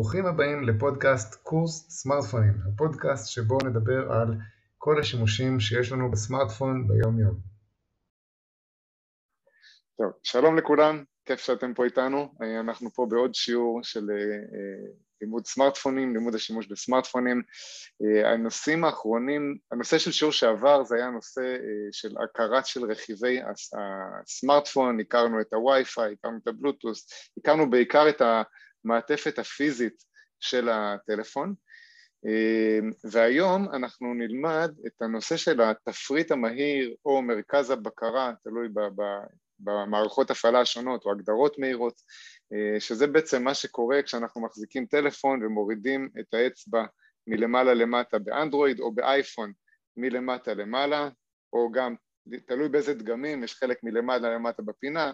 ברוכים הבאים לפודקאסט קורס סמארטפונים, הפודקאסט שבו נדבר על כל השימושים שיש לנו בסמארטפון ביום יום. טוב, שלום לכולם, כיף שאתם פה איתנו. אנחנו פה בעוד שיעור של לימוד סמארטפונים, לימוד השימוש בסמארטפונים. הנושאים האחרונים, הנושא של שיעור שעבר זה היה הנושא של הכרת של רכיבי הסמארטפון, הכרנו את הווי-פיי, הכרנו את הבלוטוס, הכרנו בעיקר את המעטפת הפיזית של הטלפון, והיום אנחנו נלמד את הנושא של התפריט המהיר או מרכז הבקרה, תלוי במערכות הפעלה השונות או הגדרות מהירות, שזה בעצם מה שקורה כשאנחנו מחזיקים טלפון ומורידים את האצבע מלמעלה למטה באנדרואיד או באייפון מלמטה למעלה, או גם תלוי באיזה דגמים, יש חלק מלמעלה למטה בפינה.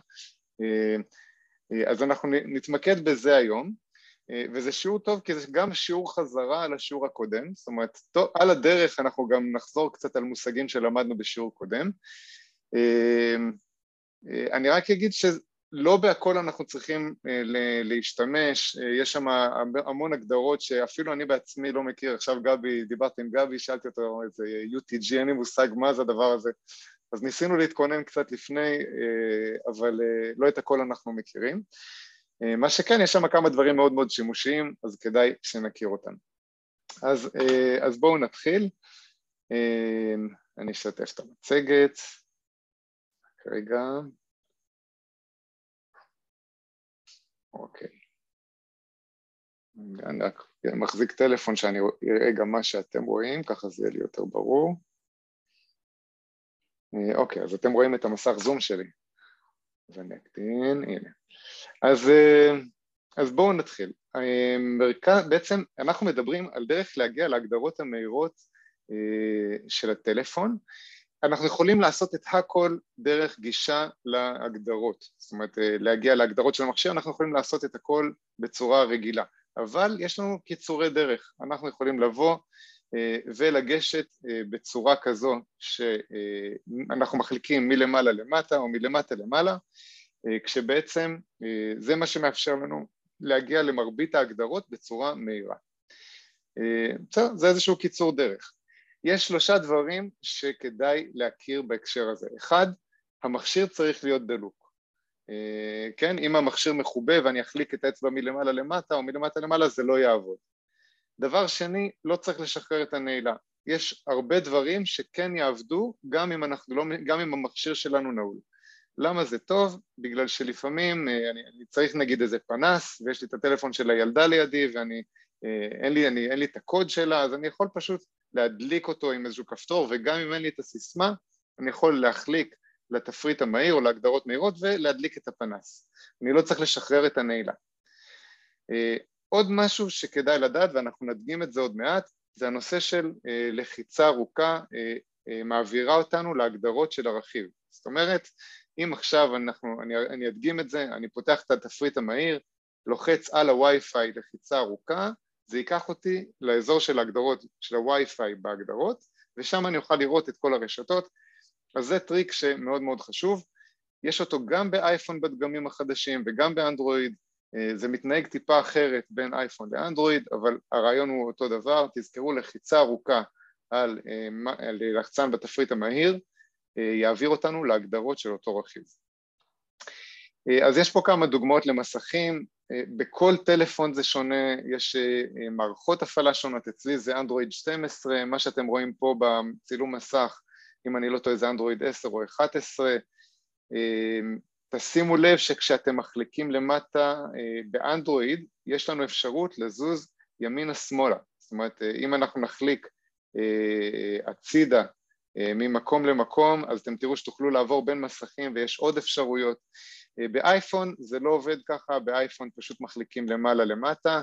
אז אנחנו נתמקד בזה היום, וזה שיעור טוב כי זה גם שיעור חזרה על השיעור הקודם, זאת אומרת על הדרך אנחנו גם נחזור קצת על מושגים שלמדנו בשיעור קודם. אני רק אגיד שלא בהכל אנחנו צריכים להשתמש, יש שם המון הגדרות שאפילו אני בעצמי לא מכיר. עכשיו גבי, דיברתי עם גבי, שאלתי אותו איזה UTG, אין לי מושג מה זה הדבר הזה, אז ניסינו להתכונן קצת לפני, אבל לא את הכל אנחנו מכירים. מה שכן, יש שם כמה דברים מאוד מאוד שימושיים, אז כדאי שנכיר אותם. אז בואו נתחיל. אני אשתף את המצגת. רגע. אוקיי. אני רק מחזיק טלפון שאני אראה גם מה שאתם רואים, ככה זה יהיה לי יותר ברור. אוקיי, אז אתם רואים את המסך זום שלי. אז אני אקטין, הנה. אז בואו נתחיל. בעצם אנחנו מדברים על דרך להגיע להגדרות המהירות של הטלפון. אנחנו יכולים לעשות את הכל דרך גישה להגדרות, זאת אומרת להגיע להגדרות של המכשיר, אנחנו יכולים לעשות את הכל בצורה רגילה, אבל יש לנו קיצורי דרך. אנחנו יכולים לבוא ולגשת בצורה כזו שאנחנו מחליקים מלמעלה למטה או מלמטה למעלה, כשבעצם זה מה שמאפשר לנו להגיע למרבית ההגדרות בצורה מהירה. זה איזשהו קיצור דרך. יש שלושה דברים שכדאי להכיר בהקשר הזה. אחד, המכשיר צריך להיות דלוק. כן, אם המכשיר מחובה ואני אחליק את האצבע מלמעלה למטה או מלמטה למעלה, זה לא יעבוד. דבר שני, לא צריך לשחרר את הנעילה. יש הרבה דברים שכן יעבדו גם אם המכשיר שלנו נעול. למה זה טוב? בגלל שלפעמים אני צריך נגיד איזה פנס, ויש לי את הטלפון של הילדה לידי אין לי את הקוד שלה, אז אני יכול פשוט להדליק אותו עם איזשהו כפתור, וגם אם אין לי את הסיסמה, אני יכול להחליק לתפריט המהיר או להגדרות מהירות ולהדליק את הפנס. אני לא צריך לשחרר את הנעילה. עוד משהו שכדאי לדעת, ואנחנו נדגים את זה עוד מעט, זה הנושא של לחיצה ארוכה, מעבירה אותנו להגדרות של הרכיב. זאת אומרת, אם עכשיו אני אדגים את זה, אני פותח את התפריט המהיר, לוחץ על הווי-פיי לחיצה ארוכה, זה ייקח אותי לאזור של ההגדרות של הווי-פיי בהגדרות, ושם אני אוכל לראות את כל הרשתות. אז זה טריק שמאוד מאוד חשוב. יש אותו גם באייפון בדגמים החדשים וגם באנדרואיד. זה מתנהג טיפה אחרת בין אייפון לאנדרואיד, אבל הרעיון הוא אותו דבר. תזכרו, לחיצה ארוכה על לחצן בתפריט המהיר, יעביר אותנו להגדרות של אותו רכיב. אז יש פה כמה דוגמאות למסכים. בכל טלפון זה שונה, יש מערכות הפעלה שונות. אצלי זה אנדרואיד 12, מה שאתם רואים פה בצילום מסך, אם אני לא טועה זה אנדרואיד 10 או 11. תשימו לב שכשאתם מחליקים למטה באנדרואיד, יש לנו אפשרות לזוז ימינה שמאלה. זאת אומרת, אם אנחנו נחליק הצידה ממקום למקום, אז אתם תראו שתוכלו לעבור בין מסכים ויש עוד אפשרויות. באייפון זה לא עובד ככה, באייפון פשוט מחליקים למעלה למטה,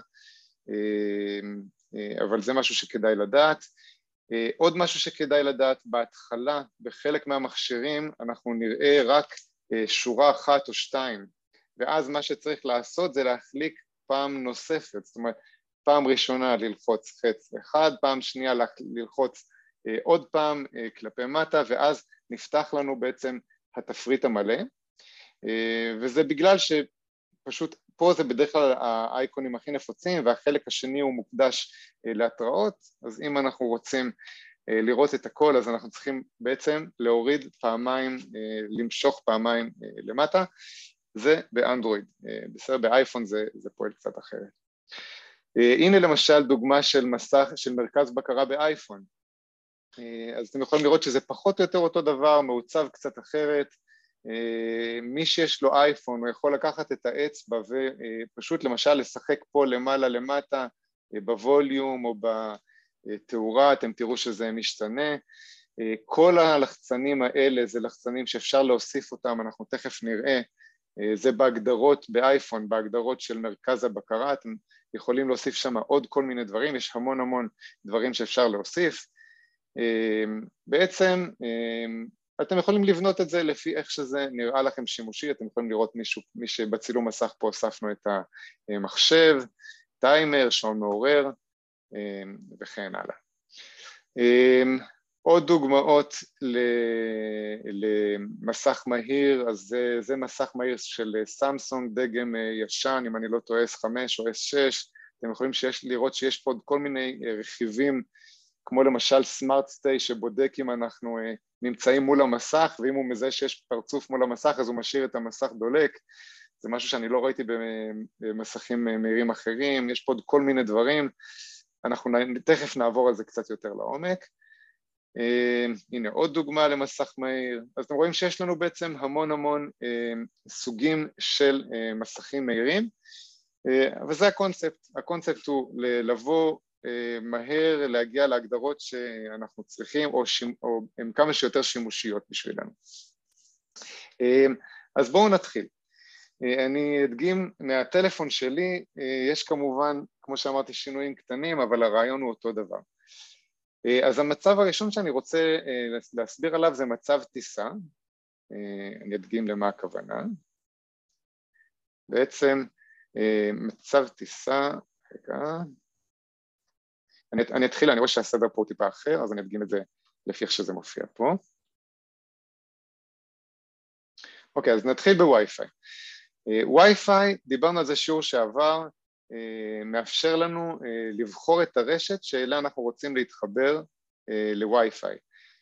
אבל זה משהו שכדאי לדעת. עוד משהו שכדאי לדעת, בהתחלה בחלק מהמכשירים אנחנו נראה רק שורה אחת או שתיים, ואז מה שצריך לעשות זה להחליק פעם נוספת, זאת אומרת פעם ראשונה ללחוץ חץ אחד, פעם שנייה ללחוץ עוד פעם כלפי מטה, ואז נפתח לנו בעצם התפריט המלא. וזה בגלל פשוט פה זה בדרך כלל האייקונים הכי נפוצים, והחלק השני הוא מוקדש להתראות, אז אם אנחנו רוצים לראות את הכל, אז אנחנו צריכים בעצם להוריד פעמיים, למשוך פעמיים למטה, זה באנדרואיד, בסדר, באייפון זה פועל קצת אחרת. הנה למשל דוגמה של מסך, של מרכז בקרה באייפון, אז אתם יכולים לראות שזה פחות או יותר אותו דבר, מעוצב קצת אחרת, מי שיש לו אייפון הוא יכול לקחת את האצבע ופשוט למשל לשחק פה למעלה למטה בווליום או בתאורה, אתם תראו שזה משתנה, כל הלחצנים האלה זה לחצנים שאפשר להוסיף אותם, אנחנו תכף נראה, זה בהגדרות באייפון, בהגדרות של מרכז הבקרה, אתם יכולים להוסיף שם עוד כל מיני דברים, יש המון דברים שאפשר להוסיף, בעצם אתם יכולים לבנות את זה לפי איך שזה נראה לכם שימושי, אתם יכולים לראות מי שבצילום מסך פה הוספנו את המחשב, טיימר, שעון מעורר וכן הלאה. עוד דוגמאות למסך מהיר, אז זה מסך מהיר של סמסונג, דגם ישן, אם אני לא טועה S5 או S6, אתם יכולים לראות שיש פה עוד כל מיני רכיבים, כמו למשל סמארט סטי שבודק אם אנחנו נמצאים מול המסך, ואם הוא מזהה שיש פרצוף מול המסך, אז הוא משאיר את המסך דולק, זה משהו שאני לא ראיתי במסכים מהירים אחרים, יש פה עוד כל מיני דברים, אנחנו תכף נעבור על זה קצת יותר לעומק. הנה עוד דוגמה למסך מהיר, אז אתם רואים שיש לנו בעצם המון סוגים של מסכים מהירים, וזה הקונספט הוא לבוא מהר, להגיע להגדרות שאנחנו צריכים, או הן כמה שיותר שימושיות בשבילנו. אז בואו נתחיל. אני אדגים מהטלפון שלי, יש כמובן, כמו שאמרתי, שינויים קטנים, אבל הרעיון הוא אותו דבר. אז המצב הראשון שאני רוצה להסביר עליו זה מצב טיסה, אני אדגים למה הכוונה. בעצם מצב טיסה, רגע, אני אתחיל, אני רואה שהסדר פה טיפה אחר, אז אני אדגים את זה לפי איך שזה מופיע פה. אוקיי, אז נתחיל בווי-פיי. ווי-פיי, דיברנו על זה שיעור שעבר, מאפשר לנו לבחור את הרשת שאליה אנחנו רוצים להתחבר לווי-פיי.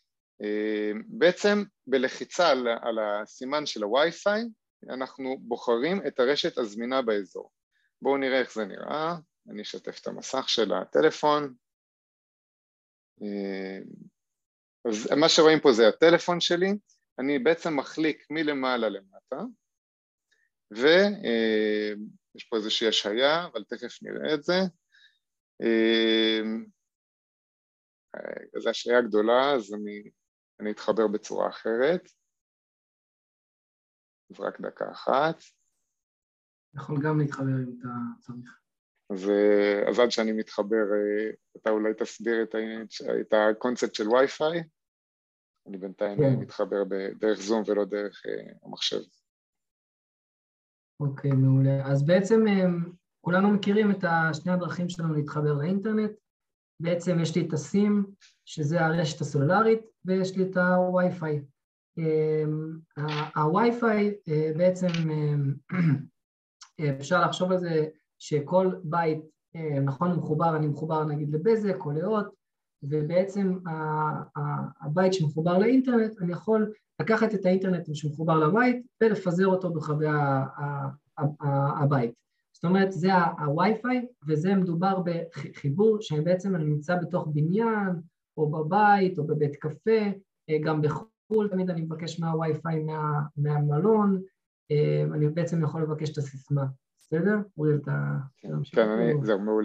בעצם בלחיצה על הסימן של הווי-פיי, אנחנו בוחרים את הרשת הזמינה באזור. בואו נראה איך זה נראה, אני אשתף את המסך של הטלפון. אז מה שרואים פה זה הטלפון שלי, אני בעצם מחליק מלמעלה למטה, ויש פה איזושהי השהיה, אבל תכף נראה את זה. זו השהיה גדולה, אז אני אתחבר בצורה אחרת. אז רק דקה אחת. יכול גם להתחבר אם אתה צריך. אז עד שאני מתחבר, אתה אולי תסביר את הקונספט של וי-פיי. אני בינתיים מתחבר דרך זום ולא דרך המחשב. אוקיי, מעולה. אז בעצם כולנו מכירים את שני הדרכים שלנו להתחבר לאינטרנט. בעצם יש לי את הסים, שזה הרשת הסלולרית, ויש לי את הווי-פיי. הווי-פיי בעצם אפשר לחשוב על זה שכל בית, נכון, מחובר, אני מחובר נגיד לבזק או לאות, ובעצם הבית שמחובר לאינטרנט, אני יכול לקחת את האינטרנט שמחובר לבית ולפזר אותו ברחבי הבית. זאת אומרת, זה הווי-פיי, וזה מדובר בחיבור שבעצם אני נמצא בתוך בניין, או בבית, או בבית קפה, גם בחו"ל, תמיד אני מבקש מהווי-פיי מהמלון, אני בעצם יכול לבקש את הסיסמה. בסדר? אוריאל, אתה... כן, זהו, מעולה.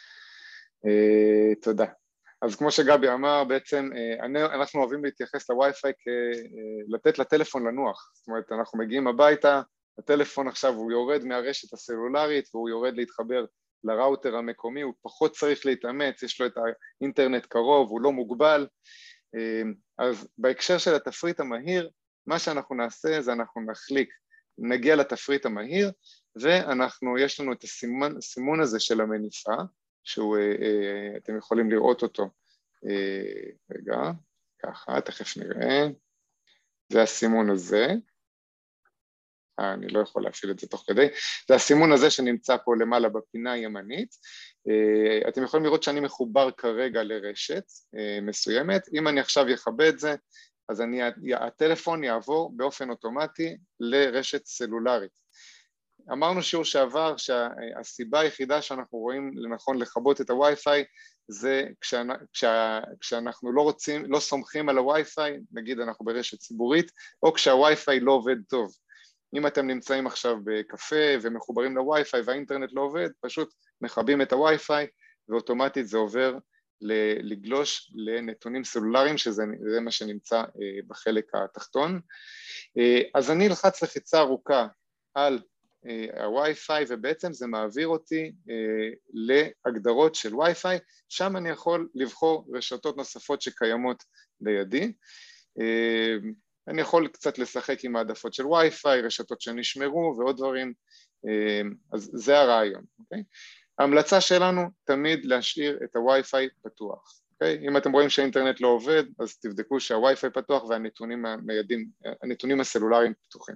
תודה. אז כמו שגבי אמר, בעצם אנחנו אוהבים להתייחס לווי-פיי לתת לטלפון לנוח. זאת אומרת, אנחנו מגיעים הביתה, הטלפון עכשיו הוא יורד מהרשת הסלולרית, והוא יורד להתחבר לראוטר המקומי, הוא פחות צריך להתאמץ, יש לו את האינטרנט קרוב, הוא לא מוגבל. אז בהקשר של התפריט המהיר, מה שאנחנו נעשה זה אנחנו נגיע לתפריט המהיר, ויש לנו את הסימון הזה של המניפה, שאתם יכולים לראות אותו, רגע, ככה, תכף נראה, זה הסימון הזה, אני לא יכול להפעיל את זה תוך כדי, זה הסימון הזה שנמצא פה למעלה בפינה הימנית, אתם יכולים לראות שאני מחובר כרגע לרשת מסוימת, אם אני עכשיו יכבה את זה, אז הטלפון יעבור באופן אוטומטי לרשת סלולרית. אמרנו שיעור שעבר שהסיבה היחידה שאנחנו רואים לנכון לכבות את הווי-פיי, זה כשאנחנו לא סומכים על הווי-פיי, נגיד אנחנו ברשת ציבורית, או כשהווי-פיי לא עובד טוב. אם אתם נמצאים עכשיו בקפה ומחוברים לווי-פיי והאינטרנט לא עובד, פשוט מכבים את הווי-פיי ואוטומטית זה עובר לגלוש לנתונים סלולריים, שזה מה שנמצא בחלק התחתון. אז אני אלחץ לחיצה ארוכה על הווי-פיי ובעצם זה מעביר אותי להגדרות של ווי-פיי, שם אני יכול לבחור רשתות נוספות שקיימות לידי. אני יכול קצת לשחק עם העדפות של ווי-פיי, רשתות שנשמרו ועוד דברים, אז זה הרעיון, אוקיי? ההמלצה שלנו תמיד להשאיר את הווי-פיי פתוח, אוקיי? אם אתם רואים שהאינטרנט לא עובד, אז תבדקו שהווי-פיי פתוח והנתונים הניידים, הנתונים הסלולריים פתוחים.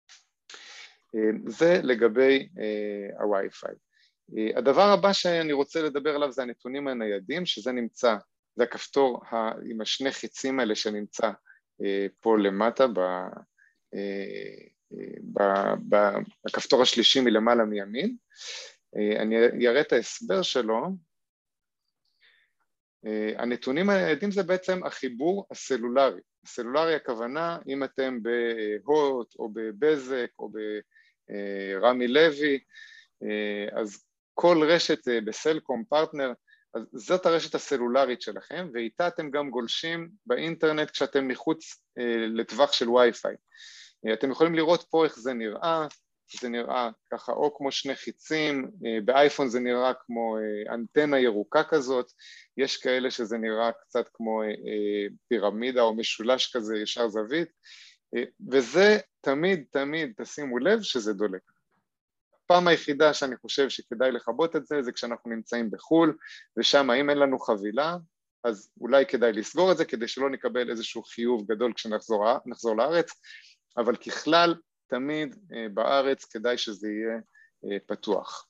זה לגבי הווי-פיי. הדבר הבא שאני רוצה לדבר עליו זה הנתונים הניידים, שזה נמצא, זה הכפתור עם השני חיצים האלה שנמצא פה למטה, בכפתור השלישי מלמעלה מימין. אני אראה את ההסבר שלו. הנתונים הניידים זה בעצם החיבור הסלולרי. הסלולרי הכוונה, אם אתם בהוט או בבזק או ברמי לוי, אז כל רשת בסלקום פרטנר, אז זאת הרשת הסלולרית שלכם, ואיתה אתם גם גולשים באינטרנט כשאתם מחוץ לטווח של וי-פיי. אתם יכולים לראות פה איך זה נראה, זה נראה ככה או כמו שני חיצים, באייפון זה נראה כמו אנטנה ירוקה כזאת, יש כאלה שזה נראה קצת כמו פירמידה או משולש כזה ישר זווית, וזה תמיד תשימו לב שזה דולק. הפעם היחידה שאני חושב שכדאי לכבות את זה, זה כשאנחנו נמצאים בחול, ושם אם אין לנו חבילה, אז אולי כדאי לסגור את זה, כדי שלא נקבל איזשהו חיוב גדול כשנחזור לארץ, אבל ככלל, תמיד בארץ כדאי שזה יהיה פתוח.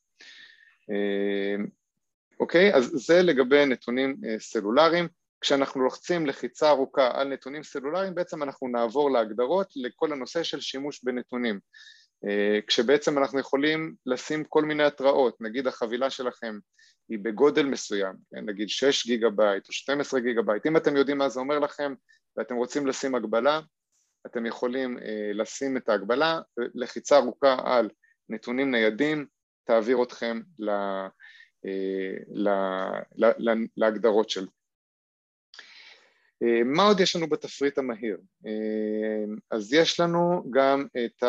אוקיי, אז זה לגבי נתונים סלולריים. כשאנחנו לוחצים לחיצה ארוכה על נתונים סלולריים, בעצם אנחנו נעבור להגדרות לכל הנושא של שימוש בנתונים. כשבעצם אנחנו יכולים לשים כל מיני התראות, נגיד החבילה שלכם היא בגודל מסוים, נגיד 6 גיגה בייט או 12 גיגה בייט, אם אתם יודעים מה זה אומר לכם ואתם רוצים לשים הגבלה, אתם יכולים לשים את ההגבלה, לחיצה ארוכה על נתונים ניידים, תעביר אתכם להגדרות של. מה עוד יש לנו בתפריט המהיר? אז יש לנו גם את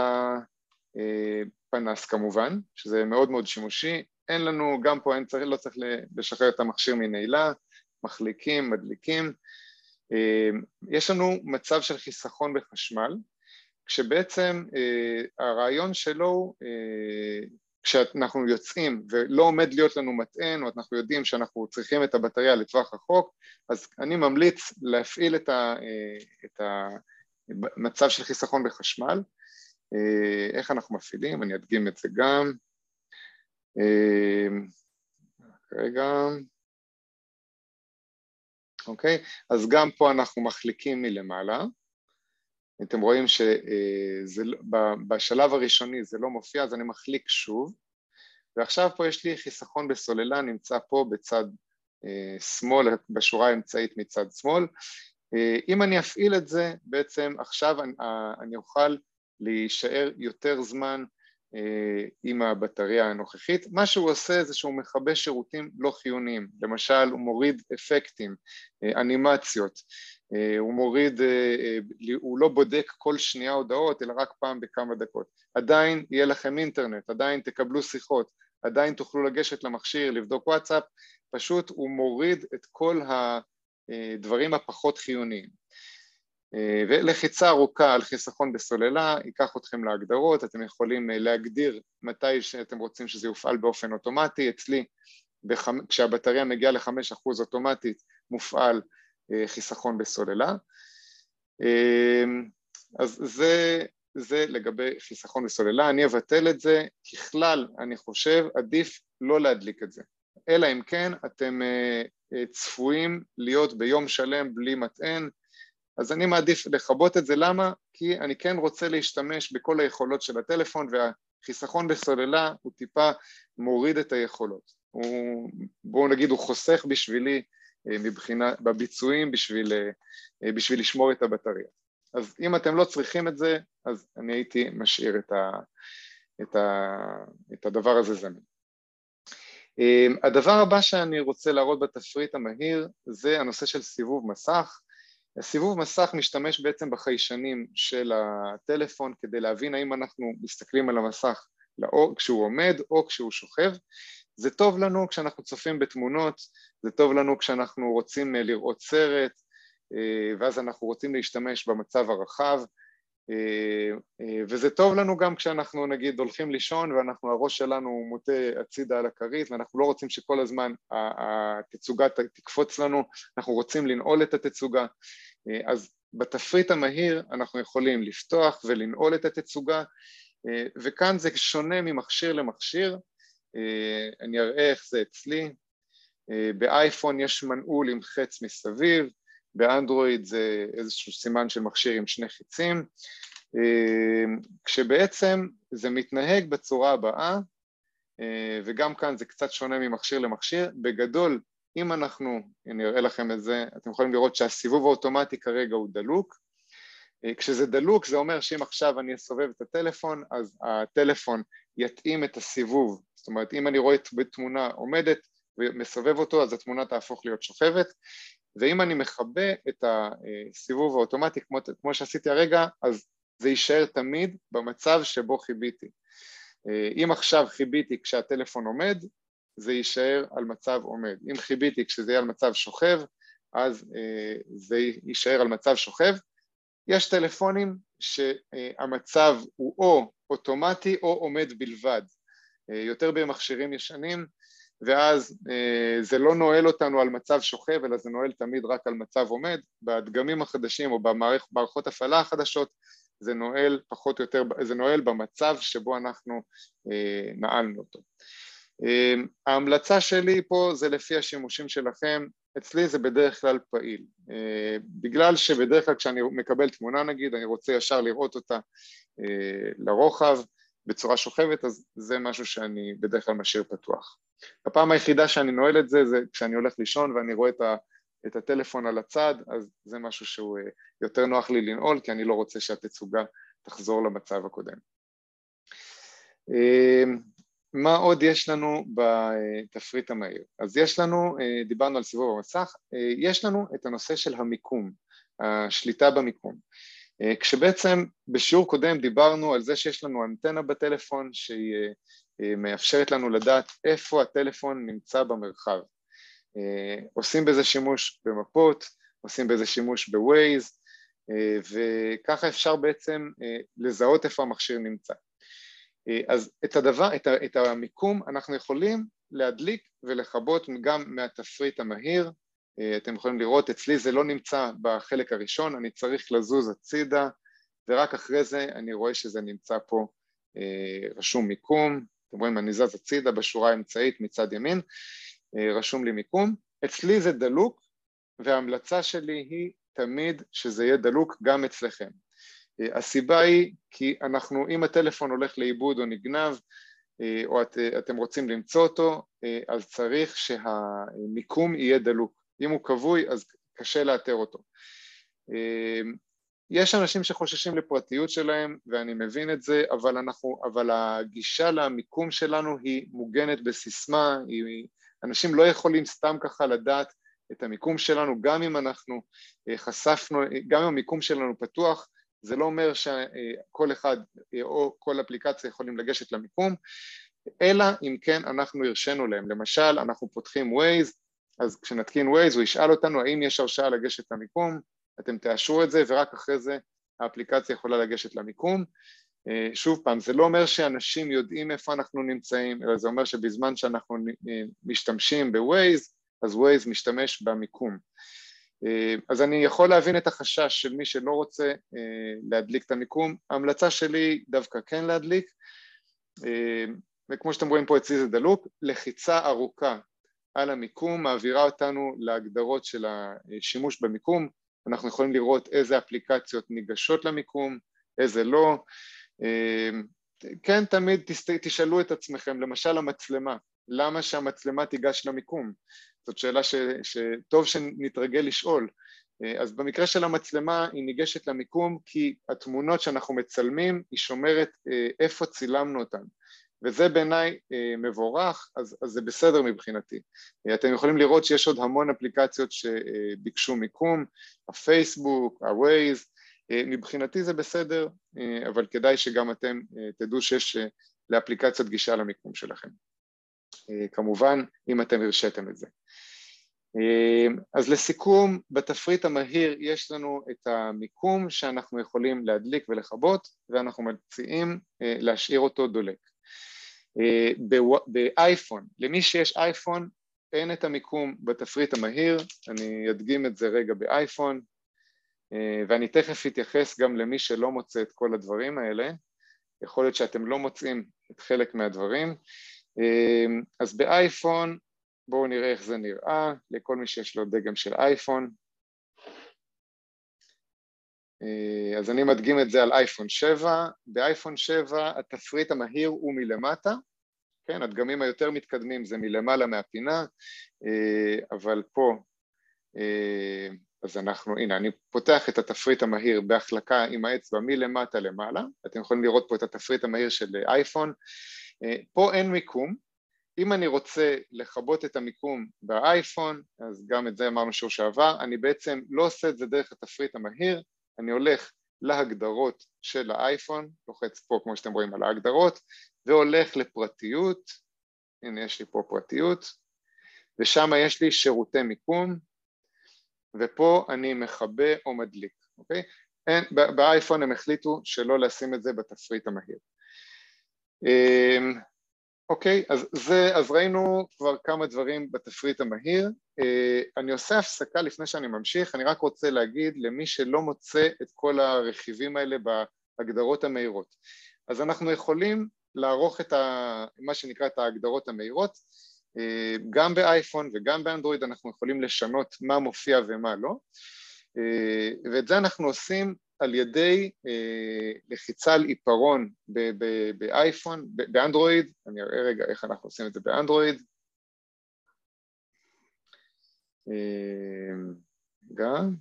הפנס כמובן, שזה מאוד מאוד שימושי, אין לנו, גם פה לא צריך לשחרר את המכשיר מנעילה, מחליקים, מדליקים, יש לנו מצב של חיסכון בחשמל, כשבעצם הרעיון שלו, כשאנחנו יוצאים ולא עומד להיות לנו מטען, או אנחנו יודעים שאנחנו צריכים את הבטריה לטווח רחוק, אז אני ממליץ להפעיל את המצב של חיסכון בחשמל. איך אנחנו מפעילים? אני אדגים את זה גם. רגע. אוקיי, אז גם פה אנחנו מחליקים מלמעלה. אתם רואים שבשלב הראשוני זה לא מופיע, אז אני מחליק שוב. ועכשיו פה יש לי חיסכון בסוללה, נמצא פה בצד שמאל, בשורה האמצעית מצד שמאל. אם אני אפעיל את זה, בעצם עכשיו אני אוכל להישאר יותר זמן עם הבטריה הנוכחית. מה שהוא עושה זה שהוא מכבה שירותים לא חיוניים, למשל הוא מוריד אפקטים, אנימציות, הוא לא בודק כל שנייה הודעות אלא רק פעם בכמה דקות. עדיין יהיה לכם אינטרנט, עדיין תקבלו שיחות, עדיין תוכלו לגשת למכשיר, לבדוק וואטסאפ, פשוט הוא מוריד את כל הדברים הפחות חיוניים. ולחיצה ארוכה על חיסכון בסוללה, ייקח אתכם להגדרות, אתם יכולים להגדיר מתי שאתם רוצים שזה יופעל באופן אוטומטי, אצלי כשהבטריה מגיעה ל5% אוטומטית מופעל חיסכון בסוללה. אז זה לגבי חיסכון בסוללה, אני אבטל את זה, ככלל אני חושב עדיף לא להדליק את זה, אלא אם כן אתם צפויים להיות ביום שלם בלי מטען, אז אני מעדיף לכבות את זה. למה? כי אני כן רוצה להשתמש בכל היכולות של הטלפון, והחיסכון בסוללה הוא טיפה מוריד את היכולות, בואו נגיד הוא חוסך בשבילי מבחינה, בביצועים בשביל לשמור את הבטריה. אז אם אתם לא צריכים את זה, אז אני הייתי משאיר את הדבר הזה זמין. הדבר הבא שאני רוצה להראות בתפריט המהיר, זה הנושא של סיבוב מסך. הסיבוב מסך משתמש בעצם בחיישנים של הטלפון, כדי להבין האם אנחנו מסתכלים על המסך כשהוא עומד או כשהוא שוכב. זה טוב לנו כשאנחנו צופים בתמונות, זה טוב לנו כשאנחנו רוצים לראות סרט, ואז אנחנו רוצים להשתמש במצב הרחב, וזה טוב לנו גם כשאנחנו נגיד הולכים לישון ואנחנו הראש שלנו מוטה הצידה על הכרית ואנחנו לא רוצים שכל הזמן התצוגה תקפוץ לנו, אנחנו רוצים לנעול את התצוגה. אז בתפריט המהיר אנחנו יכולים לפתוח ולנעול את התצוגה, וכאן זה שונה ממכשיר למכשיר. אני אראה איך זה אצלי. באייפון יש מנעול עם חץ מסביב, באנדרואיד זה איזשהו סימן של מכשיר עם שני חיצים, כשבעצם זה מתנהג בצורה הבאה, וגם כאן זה קצת שונה ממכשיר למכשיר. בגדול, אם אני אראה לכם את זה, אתם יכולים לראות שהסיבוב האוטומטי כרגע הוא דלוק. כשזה דלוק זה אומר שאם עכשיו אני אסובב את הטלפון, אז הטלפון יתאים את הסיבוב, זאת אומרת אם אני רואה בתמונה עומדת ומסובב אותו, אז התמונה תהפוך להיות שוכבת, ואם אני מכבה את הסיבוב האוטומטי כמו שעשיתי הרגע, אז זה יישאר תמיד במצב שבו חיביתי. אם עכשיו חיביתי כשהטלפון עומד, זה יישאר על מצב עומד. אם חיביתי כשזה יהיה על מצב שוכב, אז זה יישאר על מצב שוכב. יש טלפונים שהמצב הוא או אוטומטי או עומד בלבד, יותר במכשירים ישנים, ואז זה לא נועל אותנו על מצב שוכב, אלא זה נועל תמיד רק על מצב עומד. בדגמים החדשים או במערכות הפעלה החדשות, זה נועל פחות או יותר, זה נועל במצב שבו אנחנו נעלנו אותו. ההמלצה שלי פה זה לפי השימושים שלכם, אצלי זה בדרך כלל פעיל, בגלל שבדרך כלל כשאני מקבל תמונה נגיד, אני רוצה ישר לראות אותה לרוחב בצורה שוכבת, אז זה משהו שאני בדרך כלל משאיר פתוח. הפעם היחידה שאני נועל את זה, זה כשאני הולך לישון ואני רואה את הטלפון על הצד, אז זה משהו שהוא יותר נוח לי לנעול, כי אני לא רוצה שהתצוגה תחזור למצב הקודם. מה עוד יש לנו בתפריט המהיר? אז יש לנו, דיברנו על סיבוב המסך, יש לנו את הנושא של המיקום, השליטה במיקום. כשבעצם בשיעור קודם דיברנו על זה שיש לנו אנטנה בטלפון שהיא מאפשרת לנו לדעת איפה הטלפון נמצא במרחב. עושים בזה שימוש במפות, עושים בזה שימוש בווייז, וככה אפשר בעצם לזהות איפה המכשיר נמצא. אז את המיקום אנחנו יכולים להדליק ולכבות גם מהתפריט המהיר. אתם יכולים לראות, אצלי זה לא נמצא בחלק הראשון, אני צריך לזוז הצידה, ורק אחרי זה אני רואה שזה נמצא פה רשום מיקום. אתם רואים, אני זז הצידה בשורה האמצעית מצד ימין, רשום לי מיקום. אצלי זה דלוק, וההמלצה שלי היא תמיד שזה יהיה דלוק גם אצלכם. הסיבה היא כי אם הטלפון הולך לאיבוד או נגנב, או אתם רוצים למצוא אותו, אז צריך שהמיקום יהיה דלוק. אם הוא כבוי, אז קשה לאתר אותו. יש אנשים שחוששים לפרטיות שלהם, ואני מבין את זה, אבל הגישה למיקום שלנו היא מוגנת בסיסמה, אנשים לא יכולים סתם ככה לדעת את המיקום שלנו, גם אם אנחנו חשפנו, גם אם המיקום שלנו פתוח, זה לא אומר שכל אחד או כל אפליקציה יכולים לגשת למיקום, אלא אם כן אנחנו הרשנו להם. למשל, אנחנו פותחים Waze, אז כשנתקין Waze הוא ישאל אותנו האם יש הרשאה לגשת למיקום, אתם תאשרו את זה ורק אחרי זה האפליקציה יכולה לגשת למיקום. שוב פעם, זה לא אומר שאנשים יודעים איפה אנחנו נמצאים, אלא זה אומר שבזמן שאנחנו משתמשים ב-Waze, אז Waze משתמש במיקום. אז אני יכול להבין את החשש של מי שלא רוצה להדליק את המיקום. ההמלצה שלי דווקא כן להדליק, וכמו שאתם רואים פה אצלי זה דלוק, לחיצה ארוכה על המיקום מעבירה אותנו להגדרות של השימוש במיקום, אנחנו יכולים לראות איזה אפליקציות ניגשות למיקום, איזה לא. כן, תמיד תשאלו את עצמכם, למשל המצלמה, למה שהמצלמה תיגש למיקום? זאת שאלה שטוב שנתרגל לשאול. אז במקרה של המצלמה היא ניגשת למיקום כי התמונות שאנחנו מצלמים היא שומרת איפה צילמנו אותן, וזה בעיניי מבורך, אז זה בסדר מבחינתי. אתם יכולים לראות שיש עוד המון אפליקציות שביקשו מיקום, הפייסבוק, הווייז, מבחינתי זה בסדר, אבל כדאי שגם אתם תדעו שיש לאפליקציות גישה למיקום שלכם. כמובן, אם אתם הרשיתם את זה. אז לסיכום, בתפריט המהיר יש לנו את המיקום שאנחנו יכולים להדליק ולכבות, ואנחנו מציעים להשאיר אותו דולק. באייפון, למי שיש אייפון, אין את המיקום בתפריט המהיר, אני אדגים את זה רגע באייפון, ואני תכף אתייחס גם למי שלא מוצא את כל הדברים האלה, יכול להיות שאתם לא מוצאים את חלק מהדברים, אז באייפון, בואו נראה איך זה נראה, לכל מי שיש לו דגם של אייפון, אז אני מדגים את זה על אייפון 7, באייפון 7 התפריט המהיר הוא מלמטה, כן, הדגמים היותר מתקדמים זה מלמעלה מהפינה, אבל פה, אז הנה, אני פותח את התפריט המהיר בהחלקה עם האצבע מלמטה למעלה, אתם יכולים לראות פה את התפריט המהיר של אייפון, פה אין מיקום, אם אני רוצה לכבות את המיקום באייפון, אז גם את זה אמרנו שיעור שעבר, אני בעצם לא עושה את זה דרך התפריט המהיר, אני הולך להגדרות של האייפון, לוחץ פה כמו שאתם רואים על ההגדרות, והולך לפרטיות, הנה יש לי פה פרטיות, ושם יש לי שירותי מיקום, ופה אני מכבה או מדליק, אוקיי? באייפון הם החליטו שלא לשים את זה בתפריט המהיר. אוקיי, אז ראינו כבר כמה דברים בתפריט המהיר, אני עושה הפסקה לפני שאני ממשיך, אני רק רוצה להגיד למי שלא מוצא את כל הרכיבים האלה בהגדרות המהירות, אז אנחנו יכולים לערוך את מה שנקרא את ההגדרות המהירות, גם באייפון וגם באנדרואיד אנחנו יכולים לשנות מה מופיע ומה לא, ואת זה אנחנו עושים על ידי לחיצה על עיפרון באייפון, באנדרואיד, אני אראה רגע איך אנחנו עושים את זה באנדרואיד, גם,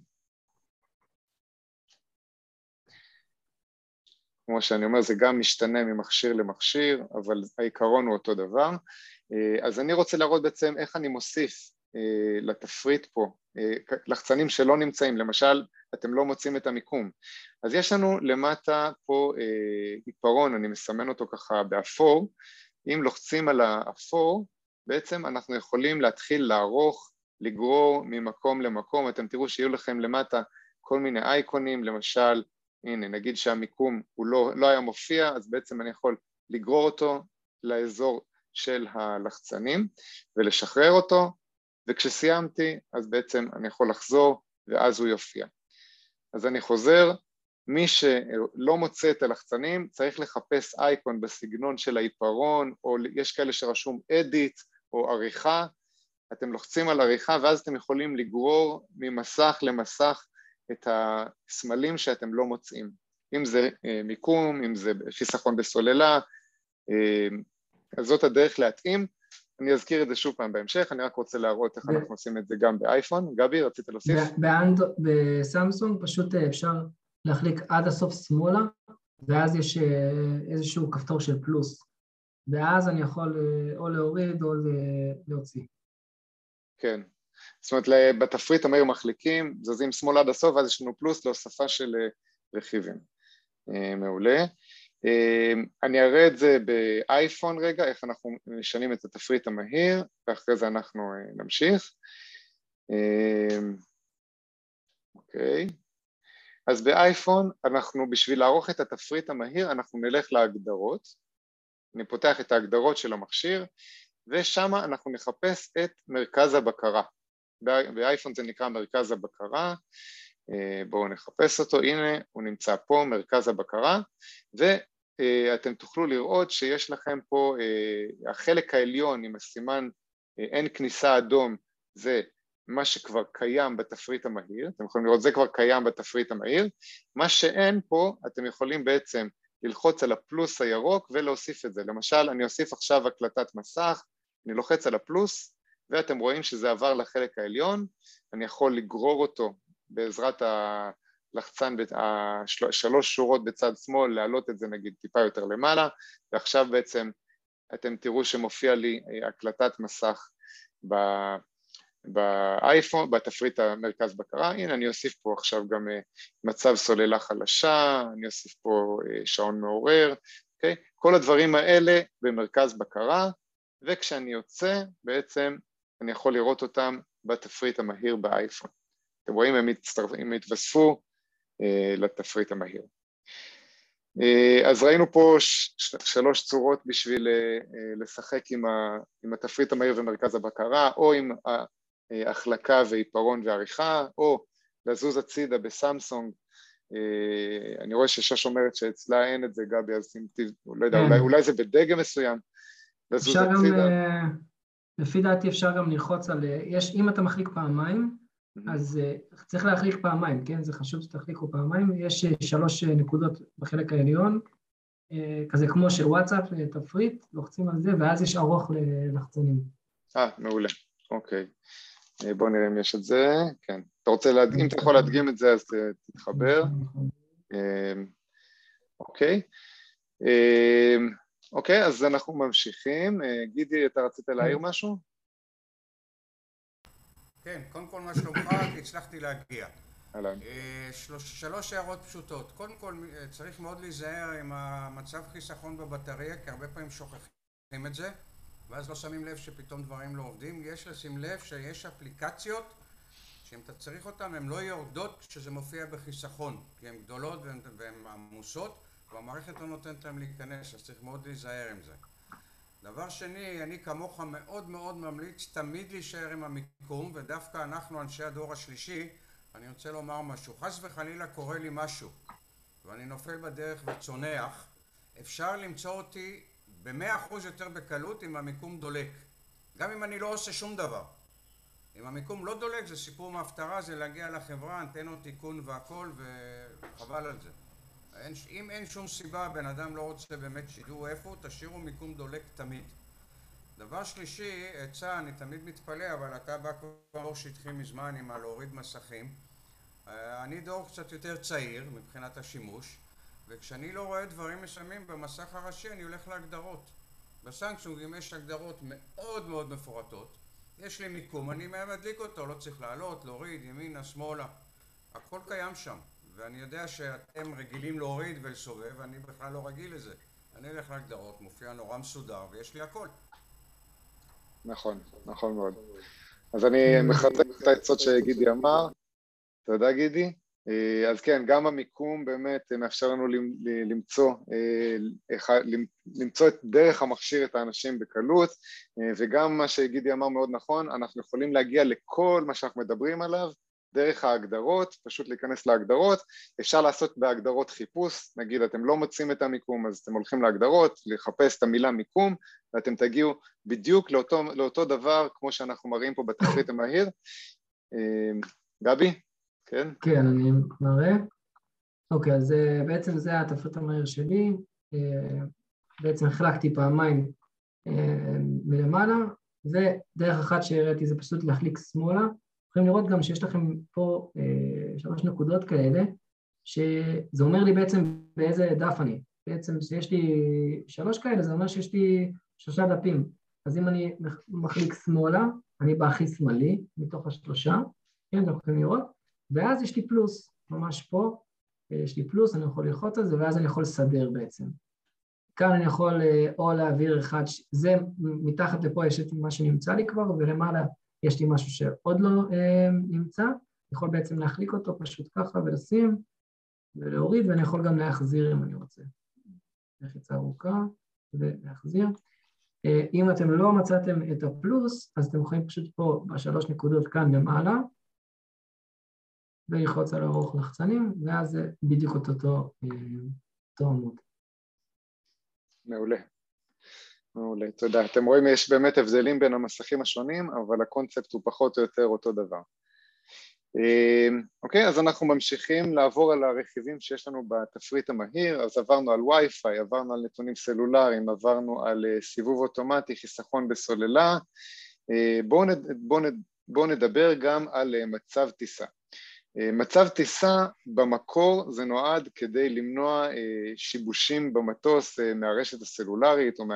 כמו שאני אומר זה גם משתנה ממכשיר למכשיר, אבל העיקרון הוא אותו דבר, אז אני רוצה להראות בעצם איך אני מוסיף לתפריט פה, לחצנים שלא נמצאים, למשל אתם לא מוצאים את המיקום, אז יש לנו למטה פה עיפרון, אני מסמן אותו ככה באפור, אם לוחצים על האפור, בעצם אנחנו יכולים להתחיל לערוך, לגרור ממקום למקום, אתם תראו שיהיו לכם למטה כל מיני אייקונים, למשל, הנה נגיד שהמיקום הוא לא היה מופיע, אז בעצם אני יכול לגרור אותו לאזור של הלחצנים ולשחרר אותו, וכשסיימתי אז בעצם אני יכול לחזור ואז הוא יופיע. אז אני חוזר, מי שלא מוצא את הלחצנים צריך לחפש אייקון בסגנון של העיפרון, או יש כאלה שרשום edit או עריכה, אתם לוחצים על עריכה ואז אתם יכולים לגרור ממסך למסך את הסמלים שאתם לא מוצאים, אם זה מיקום, אם זה חיסכון בסוללה, אז זאת הדרך להתאים, אני אזכיר את זה שוב פעם בהמשך, אני רק רוצה להראות איך אנחנו עושים את זה גם באייפון. גבי, רצית להוסיף? בסמסונג פשוט אפשר להחליק עד הסוף שמאלה, ואז יש איזשהו כפתור של פלוס, ואז אני יכול או להוריד או להוציא. כן, זאת אומרת בתפריט המהיר מחליקים, זזים שמאלה עד הסוף, ואז יש לנו פלוס להוספה של רכיבים. מעולה. אני אראה את זה באייפון רגע, איך אנחנו משנים את התפריט המהיר, ואחרי זה אנחנו נמשיך. אוקיי. אז באייפון אנחנו, בשביל לערוך את התפריט המהיר, אנחנו נלך להגדרות, אני פותח את ההגדרות של המכשיר, ושם אנחנו נחפש את מרכז הבקרה. באייפון זה נקרא מרכז הבקרה, בואו נחפש אותו, הנה הוא נמצא פה, מרכז הבקרה, ואתם תוכלו לראות שיש לכם פה, החלק העליון עם הסימן אין כניסה אדום, זה מה שכבר קיים בתפריט המהיר, אתם יכולים לראות, זה כבר קיים בתפריט המהיר, מה שאין פה, אתם יכולים בעצם ללחוץ על הפלוס הירוק ולהוסיף את זה, למשל אני אוסיף עכשיו הקלטת מסך, אני לוחץ על הפלוס, ואתם רואים שזה עבר לחלק העליון, אני יכול לגרור אותו בעזרת הלחצן, שלוש שורות בצד שמאל, להעלות את זה נגיד טיפה יותר למעלה, ועכשיו בעצם אתם תראו שמופיע לי הקלטת מסך באייפון, בתפריט המרכז בקרה, הנה אני אוסיף פה עכשיו גם מצב סוללה חלשה, אני אוסיף פה שעון מעורר, אוקיי? כל הדברים האלה במרכז בקרה, וכשאני יוצא בעצם אני יכול לראות אותם בתפריט המהיר באייפון. אתם רואים, הם התווספו לתפריט המהיר. אז ראינו פה שלוש צורות בשביל לשחק עם התפריט המהיר ומרכז הבקרה, או עם ההחלקה ועיפרון ועריכה, או לזוז הצידה בסמסונג. אני רואה ששוש אומרת שאצלה אין את זה, גבי, אז לא יודע, אולי זה בדגם מסוים, לזוז הצידה. לפי דעתי אפשר גם ללחוץ על, אם אתה מחליק פעמיים, אז צריך להחליק פעמיים, כן? זה חשוב שתחליקו פעמיים, יש 3 נקודות בחלק העליון, כזה כמו של וואטסאפ, תפריט, לוחצים על זה, ואז יש ארוך ללחצנים. מעולה, אוקיי. בואו נראה אם יש את זה, כן. אתה רוצה להדגים, אם אתה יכול להדגים את זה, אז תתחבר. אוקיי. אוקיי, אז אנחנו ממשיכים. גידי, אתה רצית להעיר משהו? כן, קודם כל מה שלומך, הצלחתי להגיע. 3 הערות פשוטות. קודם כל צריך מאוד להיזהר עם המצב חיסכון בבטריה, כי הרבה פעמים שוכחים את זה, ואז לא שמים לב שפתאום דברים לא עובדים. יש לשים לב שיש אפליקציות שאם אתה צריך אותן, הן לא יורדות כשזה מופיע בחיסכון, כי הן גדולות והן עמוסות, והמערכת לא נותנת להם להיכנס, אז צריך מאוד להיזהר עם זה. דבר שני, אני כמוך מאוד מאוד ממליץ תמיד להישאר עם המיקום, ודווקא אנחנו אנשי הדור השלישי, אני רוצה לומר משהו. חס וחלילה קורה לי משהו, ואני נופל בדרך וצונח, אפשר למצוא אותי ב100% יותר בקלות אם המיקום דולק. גם אם אני לא עושה שום דבר. אם המיקום לא דולק, זה סיפור מהפטרה, זה להגיע לחברה, אנטנות תיקון והכל, וחבל על זה. אם אין שום סיבה, בן אדם לא רוצה באמת שידעו איפה, תשאירו מיקום דולק תמיד. דבר שלישי, עצה, אני תמיד מתפלא, אבל אתה בא כבר שהתחיל מזמן עם להוריד מסכים. אני דור קצת יותר צעיר מבחינת השימוש, וכשאני לא רואה דברים מסוימים במסך הראשי, אני הולך להגדרות. בסמסונג יש הגדרות מאוד מאוד מפורטות. יש לי מיקום, אני מדליק אותו, לא צריך לעלות, להוריד, ימינה, שמאלה. הכל קיים שם. ואני יודע שאתם רגילים להוריד ולסובב, ואני בכלל לא רגיל לזה. אני הולך להגדרות, מופיע נורא מסודר, ויש לי הכל. נכון, נכון מאוד. אז אני מחזק את העצות שגידי אמר. תודה גידי. אז כן, גם המיקום באמת מאפשר לנו למצוא את דרך המכשיר את האנשים בקלות, וגם מה שגידי אמר מאוד נכון, אנחנו יכולים להגיע לכל מה שאנחנו מדברים עליו, דרך ההגדרות, פשוט להיכנס להגדרות, אפשר לעשות בהגדרות חיפוש, נגיד אתם לא מוצאים את המיקום, אז אתם הולכים להגדרות, לחפש את המילה מיקום, ואתם תגיעו בדיוק לאותו דבר, כמו שאנחנו מראים פה בתפריט המהיר. גבי? כן? כן, אני מראה. אוקיי, אז בעצם זה התפריט המהיר שלי, בעצם החלקתי פעמיים מלמעלה, ודרך אחת שהראיתי זה פשוט להחליק שמאלה, יכולים לראות גם שיש לכם פה 3 נקודות כאלה, שזה אומר לי בעצם באיזה דף אני. בעצם שיש לי 3 כאלה, זה אומר שיש לי 3 דפים. אז אם אני מחליק שמאלה, אני בהכי שמאלי, מתוך 3, כן, אתם יכולים לראות, ואז יש לי פלוס, ממש פה, יש לי פלוס, אני יכול ללחוץ על זה, ואז אני יכול לסדר בעצם. כאן אני יכול או להעביר אחד, זה מתחת לפה יש את מה שנמצא לי כבר, ולמעלה יש לי משהו שעוד לא נמצא, אני יכול בעצם להחליק אותו פשוט ככה ולשים, ולהוריד, ואני יכול גם להחזיר אם אני רוצה. לחיצה ארוכה ולהחזיר. אם אתם לא מצאתם את הפלוס, אז אתם יכולים פשוט פה בשלוש נקודות כאן למעלה, ולחוץ על ארוך לחצנים, ואז זה בדיוק אותו עמוד. מעולה. מעולה, תודה. אתם רואים, יש באמת הבדלים בין המסכים השונים, אבל הקונספט הוא פחות או יותר אותו דבר. אוקיי, אז אנחנו ממשיכים לעבור על הרכיבים שיש לנו בתפריט המהיר, אז עברנו על וי-פיי, עברנו על נתונים סלולריים, עברנו על סיבוב אוטומטי, חיסכון בסוללה. בואו נדבר גם על מצב טיסה. מצב טיסה במקור זה נועד כדי למנוע שיבושים במטוס מהרשת הסלולרית או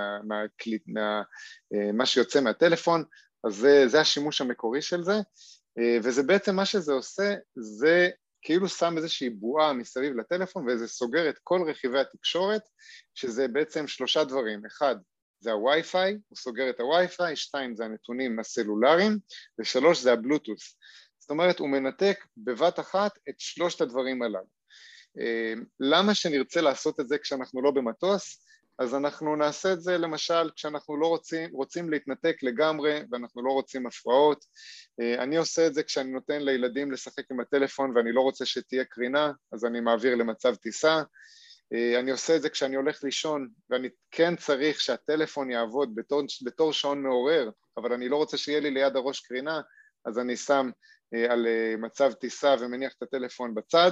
מה שיוצא מהטלפון, אז זה השימוש המקורי של זה, וזה בעצם מה שזה עושה, זה כאילו שם איזושהי בועה מסביב לטלפון וזה סוגר את כל רכיבי התקשורת, שזה בעצם שלושה דברים. אחד, זה הווי-פיי, הוא סוגר את הווי-פיי, 2 זה הנתונים הסלולריים, ו3 זה הבלוטוס. זאת אומרת, הוא מנתק בבת אחת את שלושת הדברים הללו. למה שנרצה לעשות את זה כשאנחנו לא במטוס? אז אנחנו נעשה את זה למשל כשאנחנו לא רוצים להתנתק לגמרי ואנחנו לא רוצים הפרעות. אני עושה את זה כשאני נותן לילדים לשחק עם הטלפון ואני לא רוצה שתהיה קרינה, אז אני מעביר למצב טיסה. אני עושה את זה כשאני הולך לישון ואני כן צריך שהטלפון יעבוד בתור שעון מעורר, אבל אני לא רוצה שיהיה לי ליד הראש קרינה, אז אני שם על מצב טיסה ומניח את הטלפון בצד.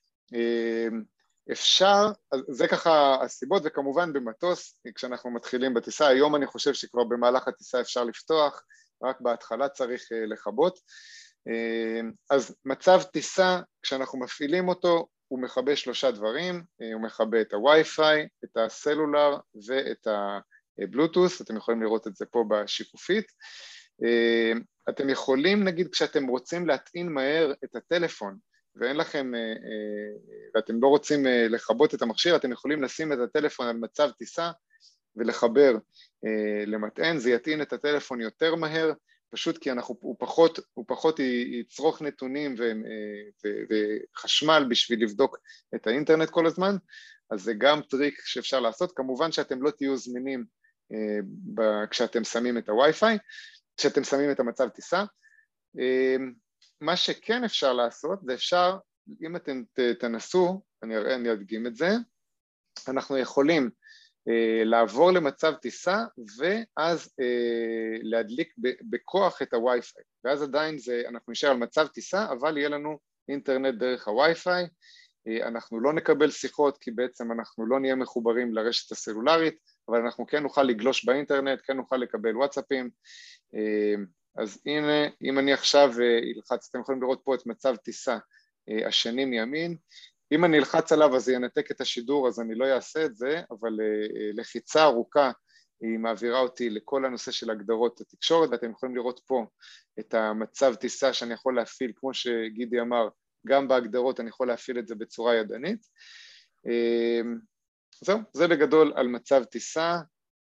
אפשר, זה ככה הסיבות, וכמובן במטוס, כשאנחנו מתחילים בטיסה, היום אני חושב שכבר במהלך הטיסה אפשר לפתוח, רק בהתחלה צריך לכבות. אז מצב טיסה, כשאנחנו מפעילים אותו, הוא מכבה שלושה דברים, הוא מכבה את הווי-פיי, את הסלולר ואת הבלוטוס, אתם יכולים לראות את זה פה בשיקופית. אתם יכולים, נגיד, כשאתם רוצים להטעין מהר את הטלפון, ואין לכם, ואתם לא רוצים לכבות את המכשיר, אתם יכולים לשים את הטלפון על מצב טיסה ולחבר למטען, זה יטעין את הטלפון יותר מהר, פשוט כי הוא פחות יצרוך נתונים וחשמל בשביל לבדוק את האינטרנט כל הזמן, אז זה גם טריק שאפשר לעשות. כמובן שאתם לא תהיו זמינים כשאתם שמים את הווי-פיי, כשאתם שמים את המצב טיסה. מה שכן אפשר לעשות, זה אפשר, אם אתם תנסו, אני אדגים את זה, אנחנו יכולים לעבור למצב טיסה, ואז להדליק בכוח את הווי-פיי, ואז עדיין אנחנו נשאר על מצב טיסה, אבל יהיה לנו אינטרנט דרך הווי-פיי, אנחנו לא נקבל שיחות, כי בעצם אנחנו לא נהיה מחוברים לרשת הסלולרית, אבל אנחנו כן נוכל לגלוש באינטרנט, כן נוכל לקבל וואטסאפים, אז הנה, אם אני עכשיו אלחץ, אתם יכולים לראות פה את מצב טיסה השני מימין, אם אני אלחץ עליו אז זה ינתק את השידור, אז אני לא אעשה את זה, אבל לחיצה ארוכה היא מעבירה אותי לכל הנושא של הגדרות התקשורת, ואתם יכולים לראות פה את המצב טיסה שאני יכול להפעיל, כמו שגידי אמר, גם בהגדרות אני יכול להפעיל את זה בצורה ידנית. זהו, זה בגדול על מצב טיסה.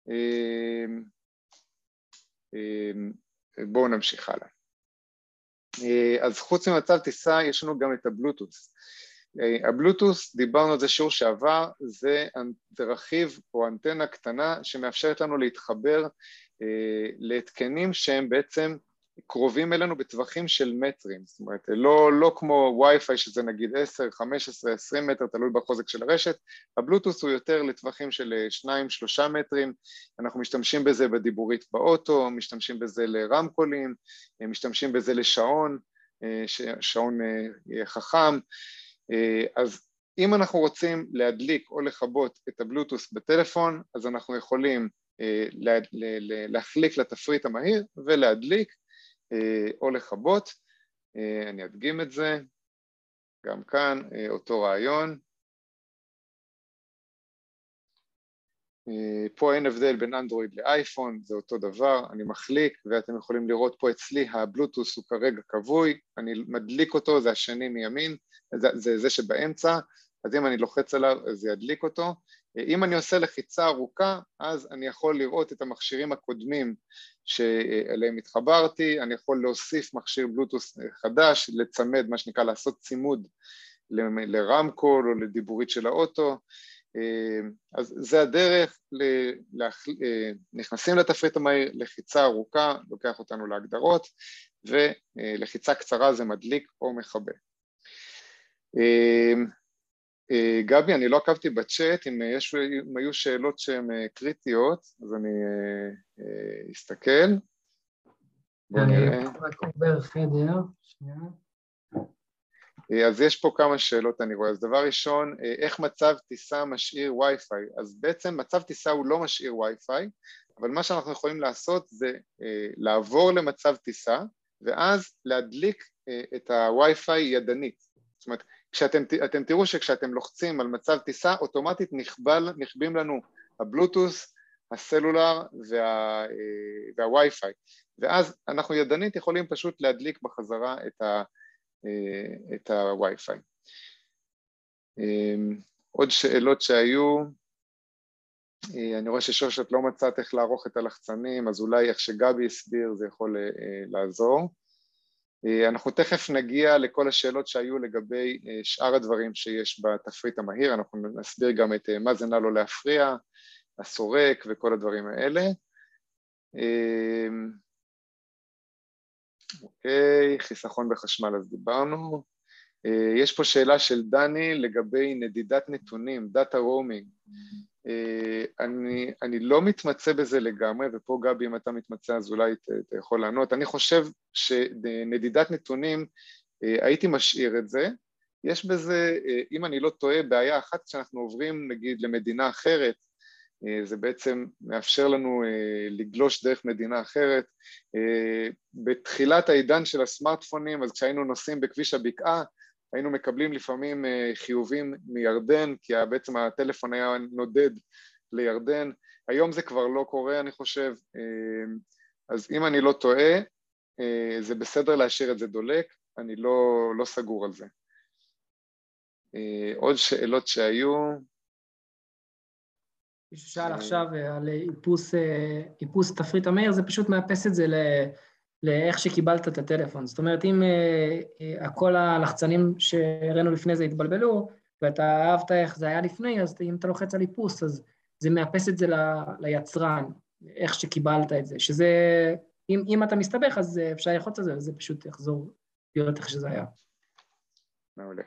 בואו נמשיך הלאה. אז חוץ ממצב טיסה יש לנו גם את הבלוטוס. הבלוטוס, דיברנו על זה שיעור שעבר, זה רכיב או אנטנה קטנה שמאפשרת לנו להתחבר להתקנים שהם בעצם קרובים אלינו בטווחים של מטרים, זאת אומרת, לא כמו וי-פיי שזה נגיד 10, 15, 20 מטר, תלוי בחוזק של הרשת, הבלוטוס הוא יותר לטווחים של 2-3 מטרים, אנחנו משתמשים בזה בדיבורית באוטו, משתמשים בזה לרמקולים, משתמשים בזה לשעון, שעון חכם, אז אם אנחנו רוצים להדליק או לכבות את הבלוטוס בטלפון, אז אנחנו יכולים להחליק לתפריט המהיר ולהדליק, או לכבות, אני אדגים את זה, גם כאן אותו רעיון. פה אין הבדל בין אנדרואיד לאייפון, זה אותו דבר, אני מחליק ואתם יכולים לראות פה אצלי הבלוטוס הוא כרגע כבוי, אני מדליק אותו, זה השני מימין, זה שבאמצע, אז אם אני לוחץ עליו אז זה ידליק אותו. אם אני עושה לחיצה ארוכה, אז אני יכול לראות את המכשירים הקודמים שאליהם התחברתי, אני יכול להוסיף מכשיר בלוטוס חדש, לצמד, מה שנקרא לעשות צימוד לרמקול או לדיבורית של האוטו, אז זה הדרך, נכנסים לתפריט המהיר, לחיצה ארוכה, לוקח אותנו להגדרות, ולחיצה קצרה זה מדליק או מכבה. גבי, אני לא עקבתי בצ'אט, אם היו שאלות שהן קריטיות, אז אני אסתכל. בואו נראה. אני רק עובר חדר, שנייה. אז יש פה כמה שאלות אני רואה. אז דבר ראשון, איך מצב טיסה משאיר וי-פיי? אז בעצם מצב טיסה הוא לא משאיר וי-פיי, אבל מה שאנחנו יכולים לעשות זה לעבור למצב טיסה, ואז להדליק את הווי-פיי ידנית. זאת אומרת, אתם תראו שכשאתם לוחצים על מצב טיסה, אוטומטית נכבים לנו הבלוטוס, הסלולר והווי-פיי. ואז אנחנו ידנית יכולים פשוט להדליק בחזרה את הווי-פיי. עוד שאלות שהיו, אני רואה ששושת לא מצאת איך לערוך את הלחצנים, אז אולי איך שגבי הסביר זה יכול לעזור. אנחנו תכף נגיע לכל השאלות שהיו לגבי שאר הדברים שיש בתפריט המהיר, אנחנו נסביר גם את מה זה נא לא להפריע, הסורק וכל הדברים האלה. אוקיי, חיסכון בחשמל אז דיברנו. יש פה שאלה של דני לגבי נדידת נתונים, דאטה רומינג. אני לא מתמצא בזה לגמרי, ופה גבי אם אתה מתמצא אז אולי אתה יכול לענות. אני חושב שנדידת נתונים, הייתי משאיר את זה. יש בזה, אם אני לא טועה, בעיה אחת כשאנחנו עוברים נגיד למדינה אחרת, זה בעצם מאפשר לנו לגלוש דרך מדינה אחרת. בתחילת העידן של הסמארטפונים, אז כשהיינו נוסעים בכביש הבקעה, היינו מקבלים לפעמים חיובים מירדן, כי בעצם הטלפון היה נודד לירדן. היום זה כבר לא קורה, אני חושב. אז אם אני לא טועה, זה בסדר להשאיר את זה דולק, אני לא סגור על זה. עוד שאלות שהיו. מישהו שאל עכשיו על איפוס תפריט המהיר, זה פשוט מאפס את זה לאיך שקיבלת את הטלפון. זאת אומרת, אם כל הלחצנים שהראינו לפני זה התבלבלו, ואתה אהבת איך זה היה לפני, אז אם אתה לוחץ על איפוס, אז זה מאפס את זה ליצרן, איך שקיבלת את זה. שזה, אם אתה מסתבך, אז אפשר ללחוץ על זה, וזה פשוט יחזור לראות איך שזה היה. מעולה.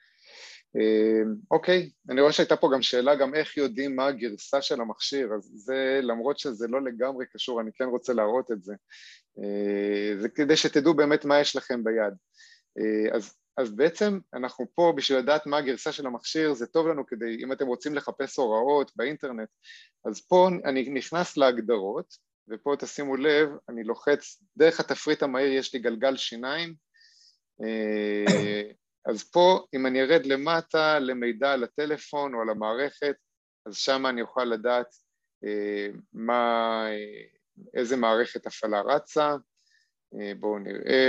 אוקיי, אני רואה שהייתה פה גם שאלה גם איך יודעים מה הגרסה של המכשיר, אז זה למרות שזה לא לגמרי קשור, אני כן רוצה להראות את זה, זה כדי שתדעו באמת מה יש לכם ביד. אז בעצם אנחנו פה בשביל לדעת מה הגרסה של המכשיר, זה טוב לנו כדי, אם אתם רוצים לחפש הוראות באינטרנט, אז פה אני נכנס להגדרות, ופה תשימו לב, אני לוחץ, דרך התפריט המהיר יש לי גלגל שיניים, אז פה אם אני ארד למטה למידע על הטלפון או על המערכת, אז שם אני אוכל לדעת איזה מערכת הפעלה רצה. בואו נראה,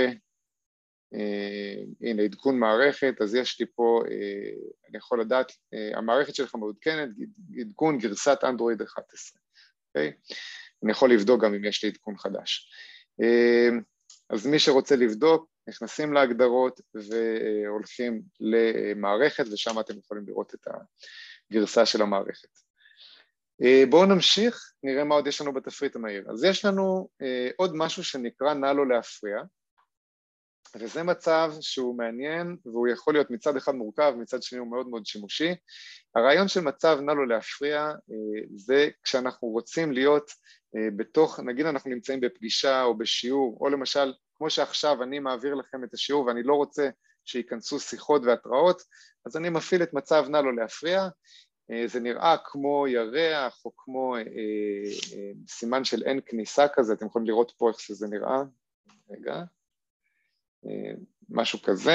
הנה עדכון מערכת, אז יש לי פה, אני יכול לדעת, המערכת שלך מעודכנת, עדכון גרסת אנדרואיד 11, אוקיי? אני יכול לבדוק גם אם יש לי עדכון חדש. אז מי שרוצה לבדוק, נכנסים להגדרות והולכים למערכת, ושם אתם יכולים לראות את הגרסה של המערכת. בואו נמשיך, נראה מה עוד יש לנו בתפריט המהיר. אז יש לנו עוד משהו שנקרא נא לא להפריע, וזה מצב שהוא מעניין, והוא יכול להיות מצד אחד מורכב, מצד שני הוא מאוד מאוד שימושי. הרעיון של מצב נא לא להפריע, זה כשאנחנו רוצים להיות בתוך, נגיד אנחנו נמצאים בפגישה או בשיעור, או למשל, כמו שעכשיו אני מעביר לכם את השיעור ואני לא רוצה שיכנסו שיחות והתראות, אז אני מפעיל את מצב נא לא להפריע, זה נראה כמו ירח או כמו סימן של אין כניסה כזה, אתם יכולים לראות פה איך שזה נראה, רגע, משהו כזה,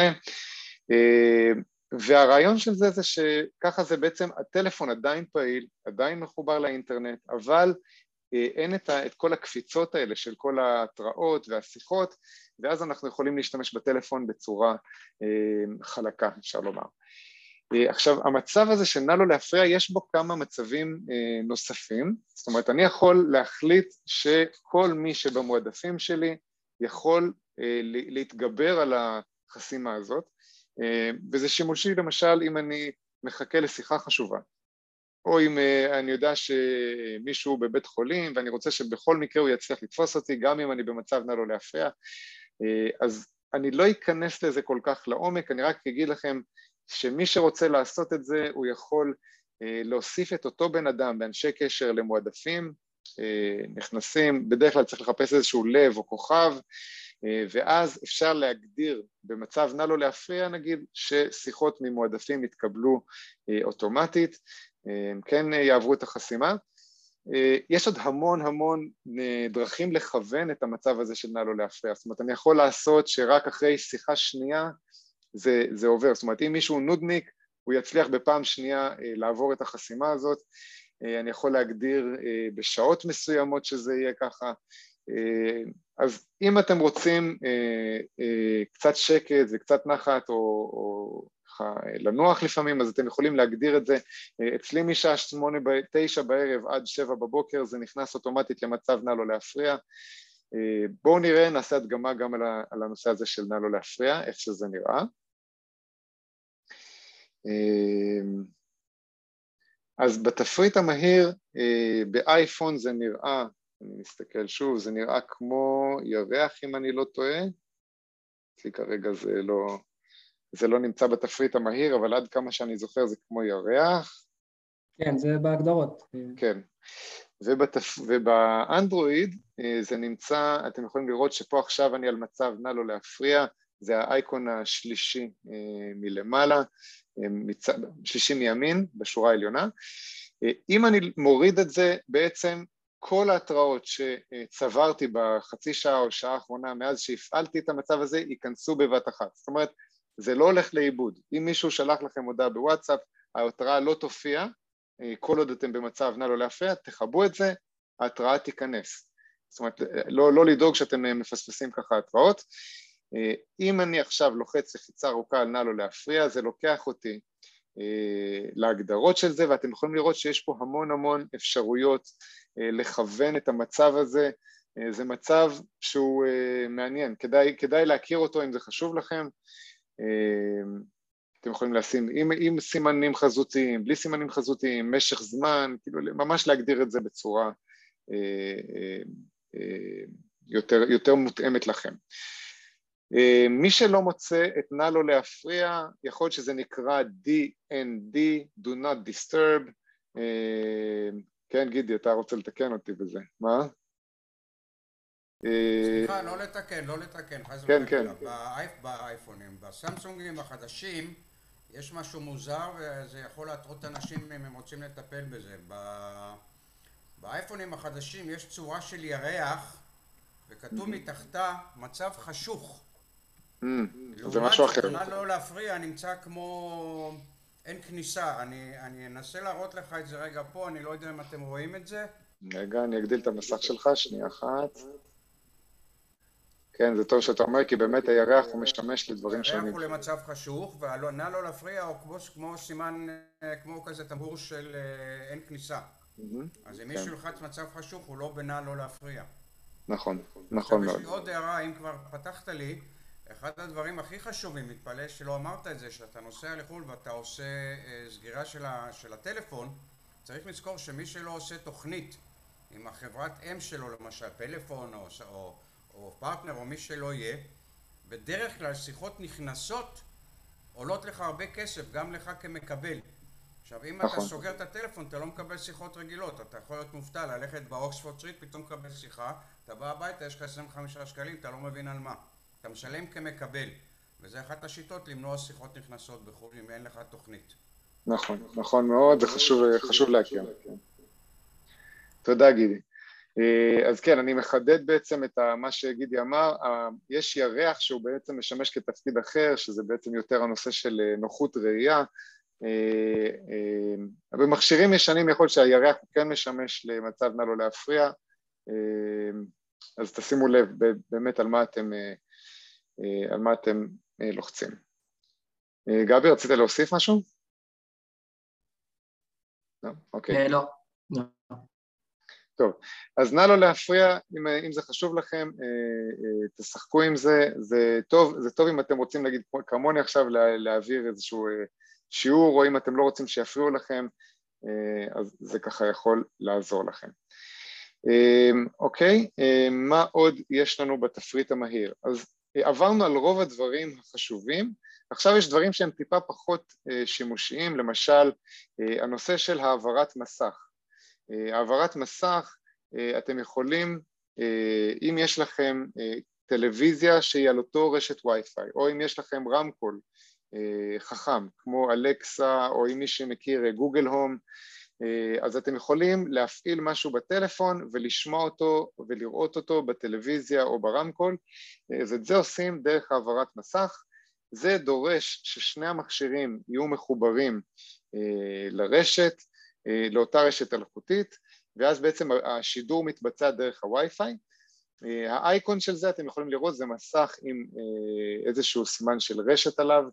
והרעיון של זה זה שככה זה בעצם הטלפון עדיין פעיל, עדיין מחובר לאינטרנט, אבל אין את כל הקפיצות האלה של כל ההתראות והשיחות, ואז אנחנו יכולים להשתמש בטלפון בצורה חלקה, אפשר לומר. עכשיו, המצב הזה שנא לא להפריע, יש בו כמה מצבים נוספים, זאת אומרת, אני יכול להחליט שכל מי שבמועדפים שלי יכול להתגבר על החסימה הזאת, וזה שימושי למשל אם אני מחכה לשיחה חשובה, או אם אני יודע שמישהו בבית חולים ואני רוצה שבכל מקרה הוא יצליח לתפוס אותי, גם אם אני במצב נא לא להפריע, אז אני לא אכנס לזה כל כך לעומק, אני רק אגיד לכם שמי שרוצה לעשות את זה, הוא יכול להוסיף את אותו בן אדם באנשי קשר למועדפים, נכנסים, בדרך כלל צריך לחפש איזשהו לב או כוכב, ואז אפשר להגדיר במצב נא לא להפריע, נגיד, ששיחות ממועדפים יתקבלו אוטומטית, כן יעברו את החסימה. יש עוד המון דרכים לכוון את המצב הזה של נא לא להפריע, זאת אומרת, אני יכול לעשות שרק אחרי שיחה שנייה זה עובר, זאת אומרת, אם מישהו נודניק, הוא יצליח בפעם שנייה לעבור את החסימה הזאת, אני יכול להגדיר בשעות מסוימות שזה יהיה ככה, אז אם אתם רוצים קצת שקט וקצת נחת או לנוח לפעמים, אז אתם יכולים להגדיר את זה. אצלי משעה 8-9 בערב עד 7 בבוקר זה נכנס אוטומטית למצב נא לא להפריע. בואו נראה, נעשה הדגמה גם על הנושא הזה של נא לא להפריע, איך שזה נראה. אז בתפריט המהיר באייפון זה נראה, אני מסתכל שוב, זה נראה כמו ירח אם אני לא טועה, אצלי כרגע זה לא נמצא בתפריט המהיר, אבל עד כמה שאני זוכר זה כמו ירח. כן, זה בהגדרות. כן, ובאנדרואיד זה נמצא, אתם יכולים לראות שפה עכשיו אני על מצב נא לא להפריע, זה האייקון השלישי מלמעלה, שלישי מימין בשורה העליונה. אם אני מוריד את זה, בעצם כל ההתראות שצברתי בחצי שעה או שעה האחרונה מאז שהפעלתי את המצב הזה ייכנסו בבת אחת. זאת אומרת, זה לא הולך לאיבוד. אם מישהו שלח לכם הודעה בוואטסאפ, ההתראה לא תופיע, כל עוד אתם במצב נא לא להפריע, תחבו את זה, ההתראה תיכנס. זאת אומרת, לא לדאוג שאתם מפספסים ככה התראות. אם אני עכשיו לוחץ לחיצה ארוכה על נא לא להפריע, זה לוקח אותי להגדרות של זה, ואתם יכולים לראות שיש פה המון אפשרויות לכוון את המצב הזה. זה מצב שהוא מעניין, כדאי להכיר אותו אם זה חשוב לכם. אתם יכולים לשים עם סימנים חזותיים, בלי סימנים חזותיים, משך זמן, כאילו ממש להגדיר את זה בצורה יותר מותאמת לכם. מי שלא מוצא את נא לא להפריע, יכול להיות שזה נקרא DND, Do Not Disturb. כן, גידי, אתה רוצה לתקן אותי בזה, מה? סליחה, לא לתקן, כן. באייפונים, בסמסונגים החדשים, יש משהו מוזר וזה יכול להטעות אנשים אם הם רוצים לטפל בזה. באייפונים החדשים יש צורה של ירח וכתוב מתחתה מצב חשוך. זה משהו אחר. נא לא להפריע, נמצא כמו אין כניסה. אני אנסה להראות לך את זה רגע פה, אני לא יודע אם אתם רואים את זה. רגע, אני אגדיל את המסך שלך, שנייה אחת. כן, זה טוב שאתה אומר, כי באמת הירח הוא משתמש לדברים שונים. הירח הוא למצב חשוך, ונא לא להפריע, או כמו סימן, כמו כזה תמרור של אין כניסה. אז אם מישהו ילחץ מצב חשוך, הוא לא בנא לא להפריע. נכון מאוד. יש לי עוד הערה, אם כבר פתחת לי, אחד הדברים הכי חשובים, מתפלא שלא אמרת את זה, שאתה נוסע לחו"ל ואתה עושה סגירה של הטלפון, צריך לזכור שמי שלא עושה תוכנית עם החברת אם שלו, למשל פלאפון או פרטנר או מי שלא יהיה, בדרך כלל שיחות נכנסות עולות לך הרבה כסף, גם לך כמקבל. עכשיו, אם אתה סוגר את הטלפון, אתה לא מקבל שיחות רגילות, אתה יכול להיות מופתע, ללכת באוקספורד סטריט, פתאום מקבל שיחה, אתה בא הביתה, יש לך 25 שקלים, אתה לא מבין על מה. אתה משלם כמקבל, וזה אחת השיטות למנוע שיחות נכנסות בחו"ל, אם אין לך תוכנית. נכון מאוד, זה חשוב להכיר. תודה גידי. אז כן, אני מחדד בעצם את מה שגידי אמר, יש ירח שהוא בעצם משמש כתפקיד אחר, שזה בעצם יותר הנושא של נוחות ראייה. במכשירים ישנים יכול להיות שהירח הוא כן משמש למצב נא לא להפריע, אז תשימו לב באמת על מה אתם לוחצים. גבי, רצית להוסיף משהו? לא? אוקיי. לא. טוב, אז נא לא להפריע, אם זה חשוב לכם, תשחקו עם זה, זה טוב אם אתם רוצים להגיד כמוני עכשיו להעביר איזשהו שיעור, או אם אתם לא רוצים שיפריעו לכם, אז זה ככה יכול לעזור לכם. אוקיי, מה עוד יש לנו בתפריט המהיר? אז עברנו על רוב הדברים החשובים, עכשיו יש דברים שהם טיפה פחות שימושיים, למשל הנושא של העברת מסך. העברת מסך, אתם יכולים, אם יש לכם טלוויזיה שהיא על אותו רשת וי-פיי, או אם יש לכם רמקול חכם, כמו אלקסה, או אם מי שמכיר גוגל הום, אז אתם יכולים להפעיל משהו בטלפון ולשמוע אותו ולראות אותו בטלוויזיה או ברמקול, אז את זה עושים דרך העברת מסך. זה דורש ששני המכשירים יהיו מחוברים לרשת, לאותה רשת אלחוטית, ואז בעצם השידור מתבצע דרך הווי-פיי. האייקון של זה, אתם יכולים לראות, זה מסך עם איזשהו סימן של רשת עליו,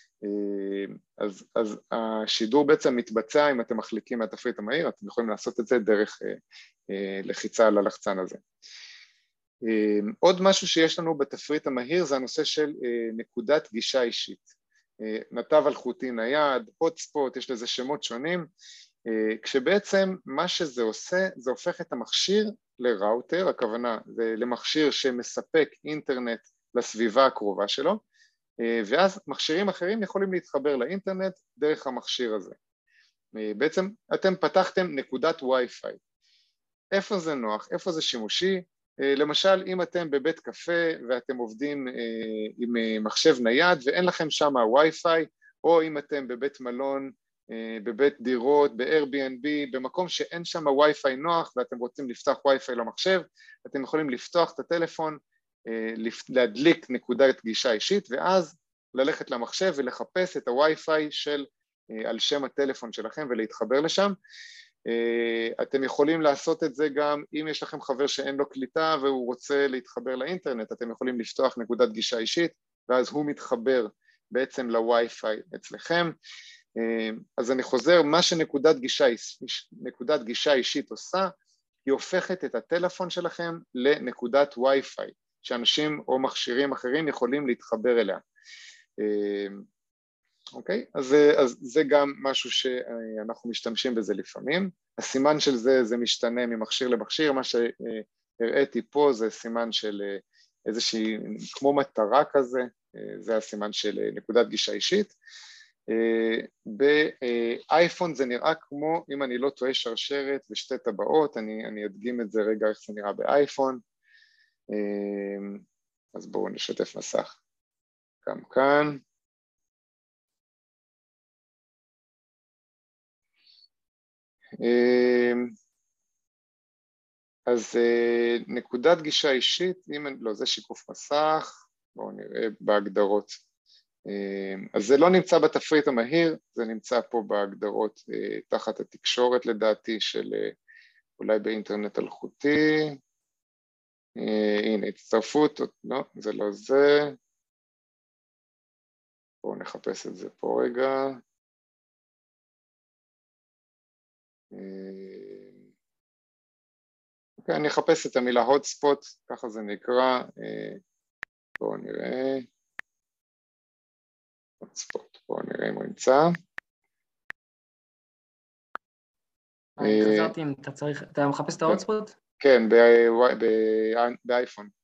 אז השידור בעצם מתבצע אם אתם מחליקים מהתפריט המהיר, אתם יכולים לעשות את זה דרך לחיצה על הלחצן הזה. עוד משהו שיש לנו בתפריט המהיר זה הנושא של נקודת גישה אישית. נתב אלחוטי נייד, הוטספוט, יש לזה שמות שונים, כשבעצם מה שזה עושה, זה הופך את המכשיר לראוטר, הכוונה זה למכשיר שמספק אינטרנט לסביבה הקרובה שלו, ואז מכשירים אחרים יכולים להתחבר לאינטרנט דרך המכשיר הזה. בעצם אתם פתחתם נקודת וי-פיי. איפה זה נוח? איפה זה שימושי? למשל, אם אתם בבית קפה ואתם עובדים עם מחשב נייד ואין לכם שם וי-פיי, או אם אתם בבית מלון, בבית דירות, ב-Airbnb, במקום שאין שם וי-פיי נוח ואתם רוצים לפתוח וי-פיי למחשב, אתם יכולים לפתוח את הטלפון, להדליק נקודת גישה אישית, ואז ללכת למחשב ולחפש את הווי-פיי על שם הטלפון שלכם ולהתחבר לשם. אתם יכולים לעשות את זה גם אם יש לכם חבר שאין לו קליטה והוא רוצה להתחבר לאינטרנט, אתם יכולים לפתוח נקודת גישה אישית, ואז הוא מתחבר בעצם לווי-פיי אצלכם. אז אני חוזר, מה שנקודת גישה אישית עושה, היא הופכת את הטלפון שלכם לנקודת וי-פיי, שאנשים או מכשירים אחרים יכולים להתחבר אליה. אוקיי? אז זה גם משהו שאנחנו משתמשים בזה לפעמים. הסימן של זה משתנה ממכשיר למכשיר, מה שהראיתי פה זה סימן של איזושהי, כמו מטרה כזה, זה הסימן של נקודת גישה אישית. באייפון זה נראה כמו, אם אני לא טועה, שרשרת ושתי טבעות, אני אדגים את זה רגע איך זה נראה באייפון. אז בואו נשתף מסך גם כאן. אז נקודת גישה אישית, לא, זה שיקוף מסך, בואו נראה בהגדרות. אז זה לא נמצא בתפריט המהיר, זה נמצא פה בהגדרות תחת התקשורת לדעתי של אולי באינטרנט אלחוטי. הנה, הצטרפות, לא, זה לא זה. בואו נחפש את זה פה רגע. אוקיי, אני אחפש את המילה הוטספוט, ככה זה נקרא. בואו נראה. הוטספוט, בואו נראה אם הוא נמצא. אני חזרתי אם אתה צריך, אתה מחפש את ההוטספוט? כן, באייפון.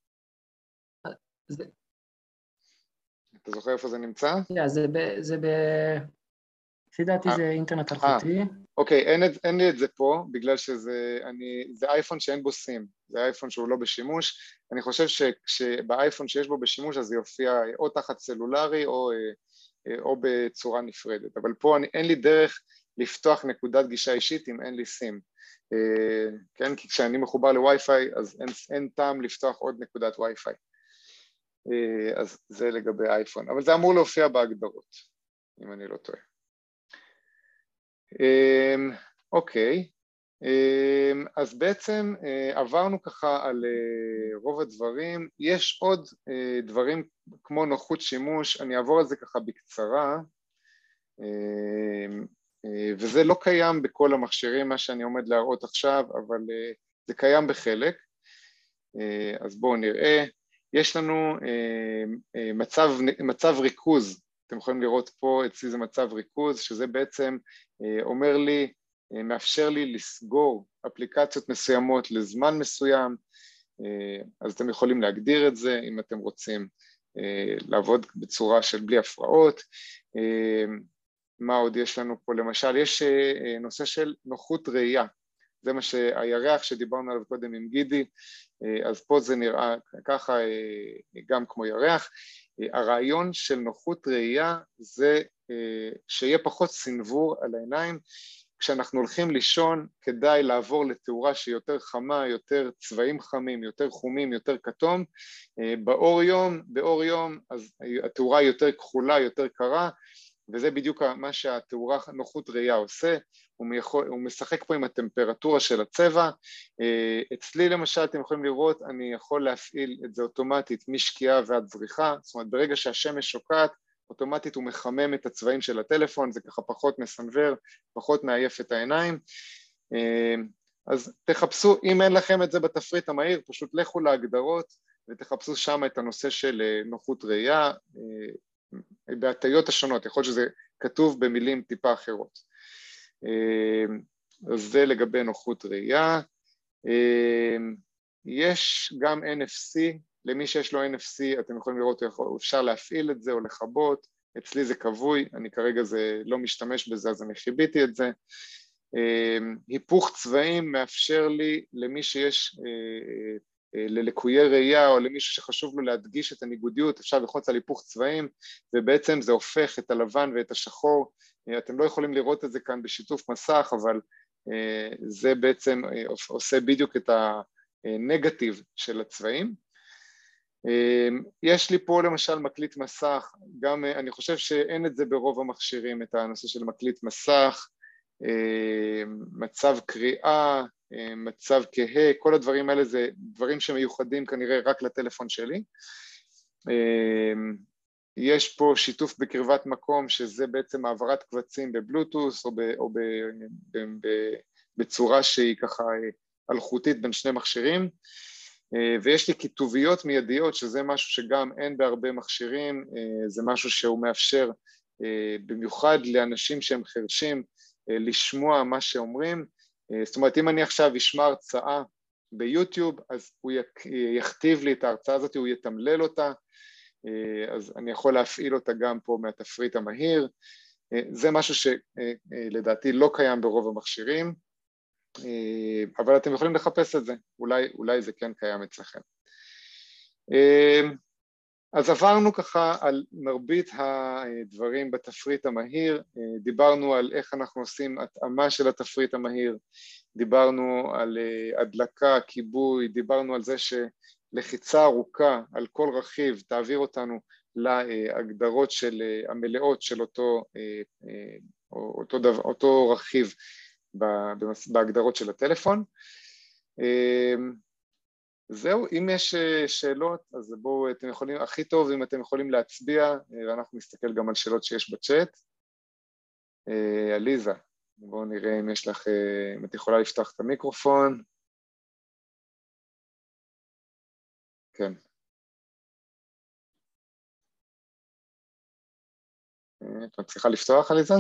אתה זוכר איפה זה נמצא? זה לפי דעתי זה אינטרנט אלחוטי. אוקיי, אין לי את זה פה, בגלל שזה אייפון שאין בו סים, זה אייפון שהוא לא בשימוש. אני חושב שבאייפון שיש בו בשימוש אז זה יופיע או תחת סלולרי או בצורה נפרדת, אבל פה אין לי דרך לפתוח נקודת גישה אישית אם אין לי סים. כן, כי כשאני מחובר לווי-פיי אז אין טעם לפתוח עוד נקודת ווי-פיי. אז זה לגבי אייפון, אבל זה אמור להופיע בהגדרות, אם אני לא טועה. אוקיי, אז בעצם עברנו ככה על רוב הדברים. יש עוד דברים כמו נוחות שימוש, אני אעבור על זה ככה בקצרה, וזה לא קיים בכל המכשירים מה שאני עומד להראות עכשיו, אבל זה קיים בחלק. אז בואו נראה, יש לנו מצב ריכוז, אתם יכולים לראות פה אצלי זה מצב ריכוז, שזה בעצם אומר לי מאפשר לי לסגור אפליקציות מסוימות לזמן מסוים, אז אתם יכולים להגדיר את זה אם אתם רוצים לעבוד בצורה של בלי הפרעות. מה עוד יש לנו פה? למשל, יש נושא של נוחות ראייה, זה מה שהירח שדיברנו עליו קודם עם גידי, אז פה זה נראה ככה גם כמו ירח. הרעיון של נוחות ראייה זה שיהיה פחות סנבור על העיניים, כשאנחנו הולכים לישון כדאי לעבור לתאורה שהיא יותר חמה, יותר צבעים חמים, יותר חומים, יותר כתום. באור יום אז התאורה היא יותר כחולה, יותר קרה, וזה בדיוק מה שהתאורה נוחות ראייה עושה, הוא משחק פה עם הטמפרטורה של הצבע. אצלי למשל אתם יכולים לראות, אני יכול להפעיל את זה אוטומטית משקיעה ועד זריחה, זאת אומרת ברגע שהשמש שוקעת, אוטומטית הוא מחמם את הצבעים של הטלפון, זה ככה פחות מסנבר, פחות מעייף את העיניים. אז תחפשו, אם אין לכם את זה בתפריט המהיר, פשוט לכו להגדרות ותחפשו שם את הנושא של נוחות ראייה, בהטיות השונות, יכול להיות שזה כתוב במילים טיפה אחרות. אז זה לגבי נוחות ראייה. יש גם NFC, למי שיש לו NFC אתם יכולים לראות, אפשר להפעיל את זה או לחבות, אצלי זה קבוי, אני כרגע לא משתמש בזה אז אני חיביתי את זה. היפוך צבעים מאפשר לי למי שיש ללקויי ראייה או למישהו שחשוב לו להדגיש את הניגודיות, אפשר ללחוץ על היפוך צבעים ובעצם זה הופך את הלבן ואת השחור. אתם לא יכולים לראות את זה כאן בשיתוף מסך, אבל זה בעצם עושה בדיוק את הנגטיב של הצבעים. יש לי פה למשל מקליט מסך, גם אני חושב שאין את זה ברוב המכשירים, את הנושא של מקליט מסך, מצב קריאה, מצב כהה, כל הדברים האלה זה דברים שמיוחדים כנראה רק לטלפון שלי. יש פה שיתוף בקרבת מקום, שזה בעצם העברת קבצים בבלוטוס או בצורה שהיא ככה אלחוטית בין שני מכשירים, ויש לי כיתוביות מיידיות, שזה משהו שגם אין בהרבה מכשירים, זה משהו שהוא מאפשר במיוחד לאנשים שהם חרשים לשמוע מה שאומרים. זאת אומרת, אם אני עכשיו אשמע הרצאה ביוטיוב, אז הוא יכתיב לי את ההרצאה הזאת, הוא יתמלל אותה, אז אני יכול להפעיל אותה גם פה מהתפריט המהיר. זה משהו שלדעתי לא קיים ברוב המכשירים, אבל אתם יכולים לחפש את זה, אולי זה כן קיים אצלכם. אז עברנו ככה על מרבית הדברים בתפריט המהיר, דיברנו על איך אנחנו עושים התאמה של התפריט המהיר, דיברנו על הדלקה, כיבוי, דיברנו על זה שלחיצה ארוכה על כל רכיב תעביר אותנו להגדרות של המלאות של אותו רכיב בהגדרות של הטלפון. זהו, אם יש שאלות, אז בואו, אתם יכולים, הכי טוב אם אתם יכולים להצביע, ואנחנו נסתכל גם על שאלות שיש בצ'אט. עליזה, בואו נראה אם יש לך, אם את יכולה לפתוח את המיקרופון. כן. את מצליחה לפתוח, עליזה?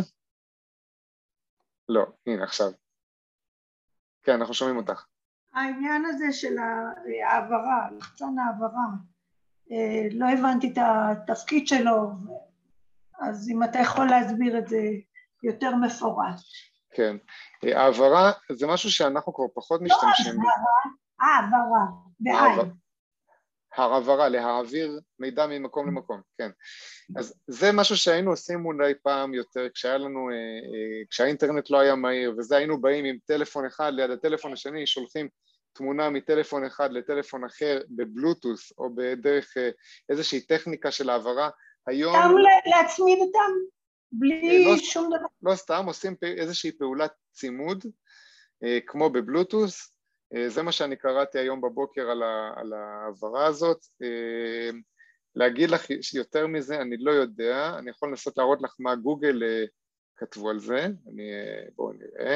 לא, הנה עכשיו. כן, אנחנו שומעים אותך. העניין הזה של העברה, לחצן העברה, לא הבנתי את התפקיד שלו, אז אם אתה יכול להסביר את זה יותר מפורט. כן, העברה זה משהו שאנחנו כבר פחות משתמשים בו. לא העברה, בעין. העברה, להעביר מידע ממקום למקום, כן. אז זה משהו שהיינו עושים אולי פעם יותר, כשהאינטרנט לא היה מהיר, וזה היינו באים עם טלפון אחד ליד הטלפון השני, שולחים תמונה מטלפון אחד לטלפון אחר בבלוטוס, או בדרך איזושהי טכניקה של העברה. היום... סתם להצמיד אותם? בלי שום דבר? לא סתם, עושים איזושהי פעולת צימוד, כמו בבלוטוס, זה מה שאני קראתי היום בבוקר על העברה הזאת. להגיד לך יותר מזה, אני לא יודע, אני יכול לנסות להראות לך מה גוגל כתבו על זה, בואו נראה.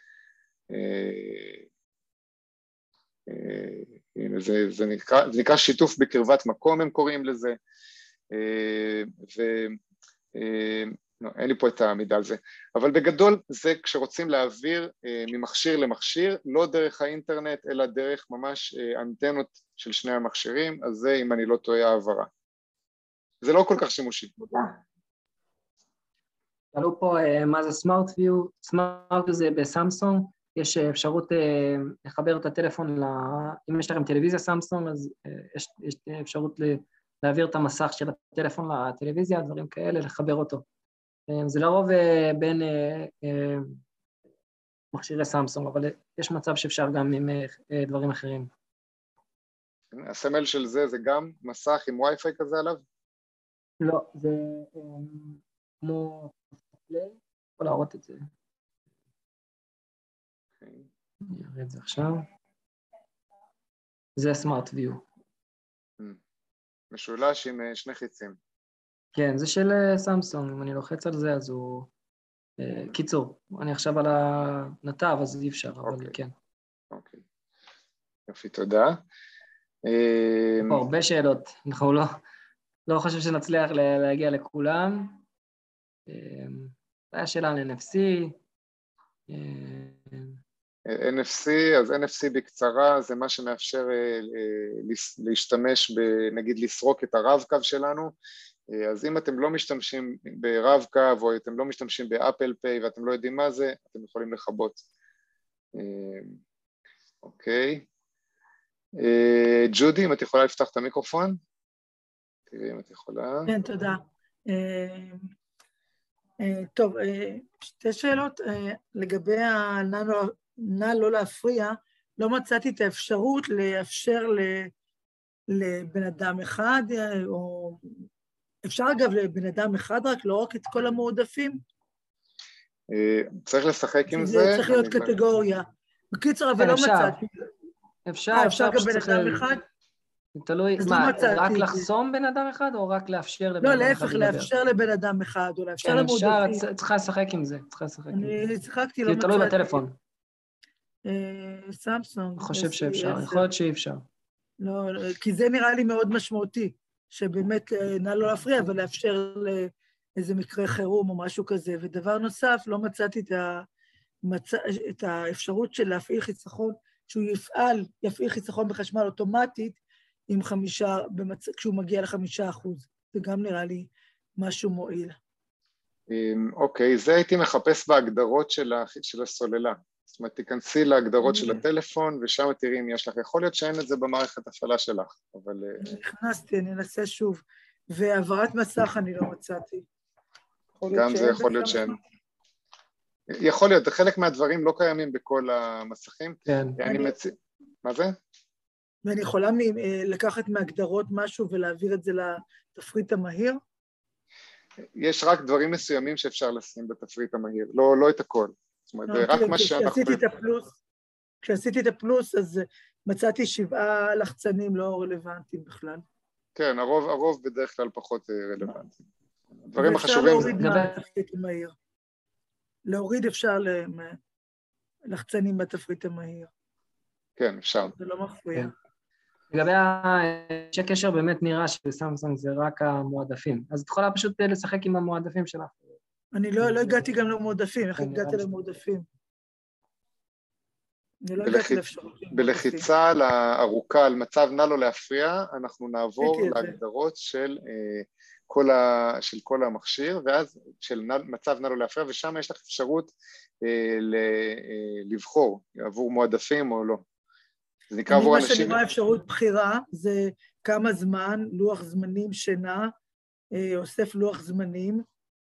הנה, זה נקרא שיתוף בקרבת מקום, הם קוראים לזה, לא, אין לי פה את המידע על זה, אבל בגדול זה כשרוצים להעביר ממכשיר למכשיר, לא דרך האינטרנט, אלא דרך ממש אנטנות של שני המכשירים, אז זה, אם אני לא טועה, העברה. זה לא כל כך שימושי. תודה. שאלו פה מה זה סמארט ויו. סמארט ויו זה בסמסונג, יש אפשרות לחבר את הטלפון, אם יש לכם טלוויזיה סמסונג, אז יש אפשרות להעביר את המסך של הטלפון לטלוויזיה, דברים כאלה, לחבר אותו. זה לרוב בין מכשירי סמסונג, אבל יש מצב שאפשר גם עם דברים אחרים. הסמל של זה גם מסך עם וי-פיי כזה עליו? לא, זה כמו פליי, יכול להראות את זה. אני אראה את זה עכשיו. זה סמארט ויו. משולש עם שני חיצים. כן, זה של סמסונג, אם אני לוחץ על זה, אז הוא... קיצור, אני עכשיו על הנתב, אז אי אפשר, אבל כן. אוקיי. יופי, תודה. פה הרבה שאלות, אנחנו לא חושב שנצליח להגיע לכולם. זה השאלה על NFC. NFC, אז NFC בקצרה זה מה שמאפשר להשתמש, נגיד לסרוק את הרב-קו שלנו, אז אם אתם לא משתמשים ברב-קו או אתם לא משתמשים באפל פיי ואתם לא יודעים מה זה, אתם יכולים לכבות. אוקיי. ג'ודי, אם את יכולה לפתח את המיקרופון? תראי אם את יכולה. כן, תודה. טוב, שתי שאלות. לגבי נא לא להפריע, לא מצאתי את האפשרות לאפשר לבן אדם אחד, או אפשר אגב לבן אדם אחד רק, לא רק את כל המועדפים? צריך לשחק עם זה. זה צריך להיות קטגוריה. בקיצור, אבל לא מצאתי. אפשר גם בן אדם אחד? תלוי, מה, רק לחסום בן אדם אחד, או רק לאפשר לבן אדם אחד? לא, להפך, לאפשר לבן אדם אחד, או לאפשר למועדפים. אפשר, צריכה לשחק עם זה, אני שיחקתי, לא מצאתי. תלוי בטלפון. סמסונג. אני חושב שאפשר, יכול להיות שאי אפשר. לא, כי זה נראה לי מאוד משמעותי, שבאמת נא לא להפריע, אבל לאפשר לאיזה מקרה חירום או משהו כזה. ודבר נוסף, לא מצאתי את האפשרות של להפעיל חיסכון, שהוא יפעיל חיסכון בחשמל אוטומטית, כשהוא מגיע ל5%. זה גם נראה לי משהו מועיל. אוקיי, זה הייתי מחפש בהגדרות של הסוללה. זאת אומרת, תיכנסי להגדרות של הטלפון, ושם תראי אם יש לך. יכול להיות שאין את זה במערכת הפעלה שלך, אבל... נכנסתי, אני אנסה שוב. והעברת מסך אני לא מצאתי. גם זה יכול להיות שאין. יכול להיות, חלק מהדברים לא קיימים בכל המסכים. כן. מה זה? ואני יכולה לקחת מהגדרות משהו ולהעביר את זה לתפריט המהיר? יש רק דברים מסוימים שאפשר לשים בתפריט המהיר, לא את הכל. זאת אומרת, רק מה שאנחנו... כשעשיתי את הפלוס, אז מצאתי 7 לחצנים לא רלוונטיים בכלל. כן, הרוב בדרך כלל פחות רלוונטיים. הדברים החשובים... ואפשר להוריד מהתפריט המהיר. להוריד אפשר לחצנים בתפריט המהיר. כן, אפשר. זה לא מפריע. לגבי האנשי קשר באמת נראה שבסמסונג זה רק המועדפים, אז את יכולה פשוט לשחק עם המועדפים שלך. אני לא הגעתי גם למועדפים, איך הגעתי למועדפים? אני לא הגעתי לאפשרות. בלחיצה ארוכה על מצב נא לא להפריע, אנחנו נעבור להגדרות של כל המכשיר, ואז של מצב נא לא להפריע, ושם יש לך אפשרות לבחור עבור מועדפים או לא. זה נקרא עבור אנשים... מה שאני רואה אפשרות בחירה, זה כמה זמן, לוח זמנים, שינה, אוסף לוח זמנים.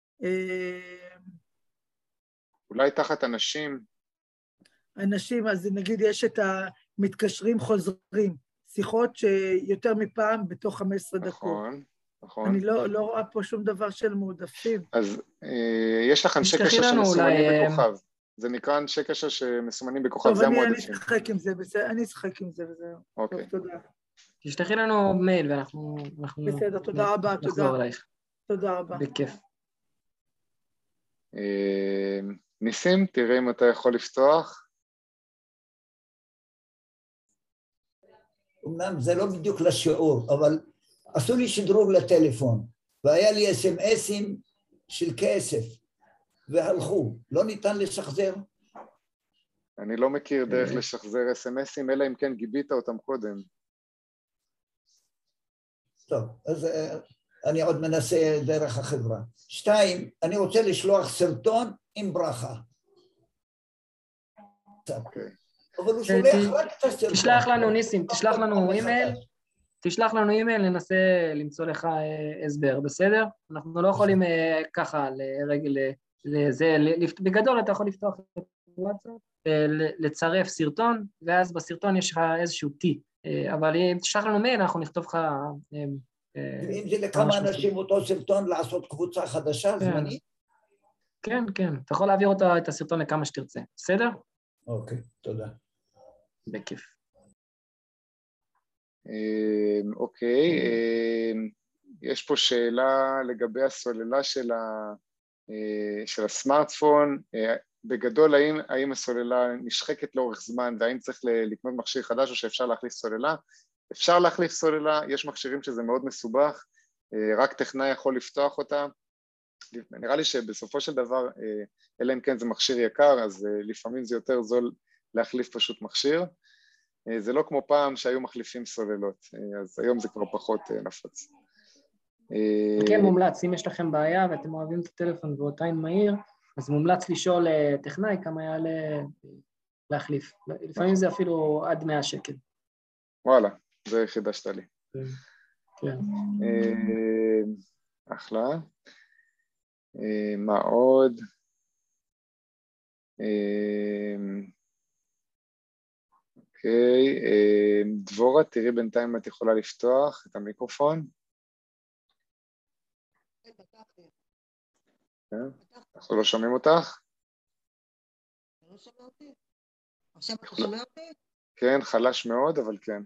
אולי תחת אנשים. אנשים, אז נגיד יש את המתקשרים חוזרים, שיחות שיותר מפעם בתוך 15 דקות. נכון. אני לא רואה פה שום דבר של מועדפים. אז יש לך אנשי קשר שמסומנים בכוכב. זה נקרא אנשי קשר שמסומנים בכוכב, זה המועדפים. טוב, אני אשחק עם זה, אני אשחק עם זה וזהו. אוקיי. תודה. תשלחי לנו מייל ואנחנו... בסדר, תודה רבה, תודה. נחזור אלייך. תודה רבה. בכיף. ניסים, תראה אם אתה יכול לפתוח. אמנם זה לא בדיוק לשיעור, אבל עשו לי שדרוג לטלפון, והיה לי SMSים של כסף והלכו, לא ניתן לשחזר? אני לא מכיר דרך לשחזר אס-אמסים, אלא אם כן גיבית אותם קודם. טוב, אז אני עוד מנסה דרך החברה. 2, אני רוצה לשלוח סרטון עם ברכה. אבל הוא שולח רק את הסרטון. תשלח לנו, ניסים, תשלח לנו אימייל, ננסה למצוא לך הסבר, בסדר? אנחנו לא יכולים ככה לרגל לזה, בגדול אתה יכול לפתוח את וואטסאפ, לצרף סרטון, ואז בסרטון יש לך איזשהו טי, אבל אם תשלח לנו מייל, אנחנו נכתוב לך... אם זה לכמה אנשים אותו סרטון, לעשות קבוצה חדשה, זמנית? כן, כן, אתה יכול להעביר את הסרטון לכמה שתרצה, בסדר? אוקיי, תודה. בכיף. אוקיי, יש פה שאלה לגבי הסוללה של הסמארטפון. בגדול, האם הסוללה נשחקת לאורך זמן, והאם צריך לקנות מכשיר חדש או שאפשר להחליף סוללה? אפשר להחליף סוללה, יש מכשירים שזה מאוד מסובך, רק טכנאי יכול לפתוח אותה. נראה לי שבסופו של דבר, אלא אם כן זה מכשיר יקר, אז לפעמים זה יותר זול להחליף פשוט מכשיר. זה לא כמו פעם שהיו מחליפים סוללות, אז היום זה כבר פחות נפוץ. כן, מומלץ, אם יש לכם בעיה ואתם אוהבים את הטלפון ועדיין מהיר, אז מומלץ לשאול טכנאי כמה יעלה להחליף. לפעמים זה אפילו עד 100 שקל. וואלה, זה חידשת לי. כן. אחלה. מה עוד? אוקיי, דבורה, תראי בינתיים אם את יכולה לפתוח את המיקרופון. אנחנו לא שומעים אותך? לא שומע אותי? עכשיו אתה שומע אותי? כן, חלש מאוד, אבל כן.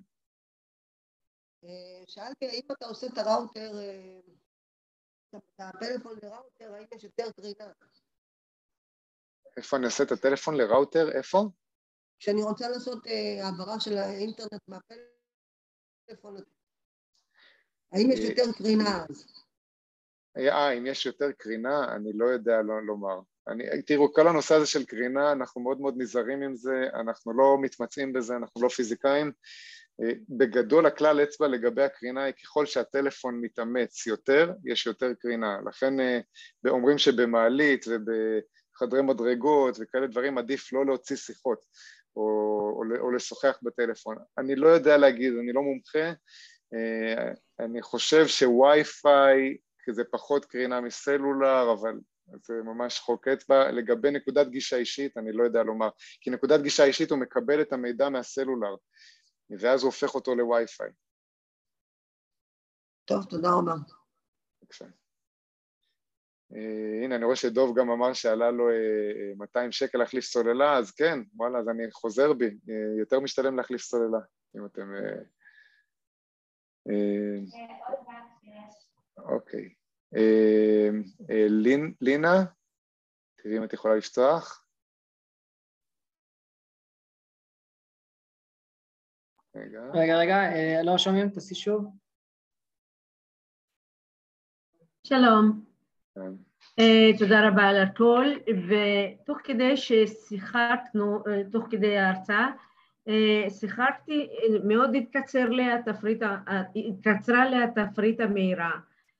שאלתי, האם אתה עושה את הראוטר, את הפלאפון לראוטר, האם יש יותר קרינה? איפה אני עושה את הטלפון לראוטר? איפה? כשאני רוצה לעשות העברה של האינטרנט מהפלאפון, האם יש יותר קרינה אז? אם יש יותר קרינה, אני לא יודע לומר. תראו, כל הנושא הזה של קרינה, אנחנו מאוד מאוד נזהרים עם זה, אנחנו לא מתמצאים בזה, אנחנו לא פיזיקאים. בגדול הכלל אצבע לגבי הקרינה היא ככל שהטלפון מתאמץ יותר, יש יותר קרינה. לכן אומרים שבמעלית ובחדרי מדרגות וכאלה דברים עדיף לא להוציא שיחות או לשוחח בטלפון. אני לא יודע להגיד, אני לא מומחה, אני חושב שווי-פיי זה פחות קרינה מסלולר, אבל זה ממש חוק אצבע. לגבי נקודת גישה אישית, אני לא יודע לומר, כי נקודת גישה אישית הוא מקבל את המידע מהסלולר, ואז הוא הופך אותו לווי-פיי. טוב, תודה רבה. בבקשה. הנה, אני רואה שדוב גם אמר שעלה לו 200 שקל להחליף סוללה, אז כן, וואלה, אז אני חוזר בי, יותר משתלם להחליף סוללה, אם אתם... אוקיי. לינה, תראי אם את יכולה לפתוח. רגע, לא שומעים, תעשי שוב. שלום. תודה רבה על הכל, ותוך כדי ששיחקנו, תוך כדי ההרצאה, שיחקתי, מאוד התקצרה לי התפריט המהירה,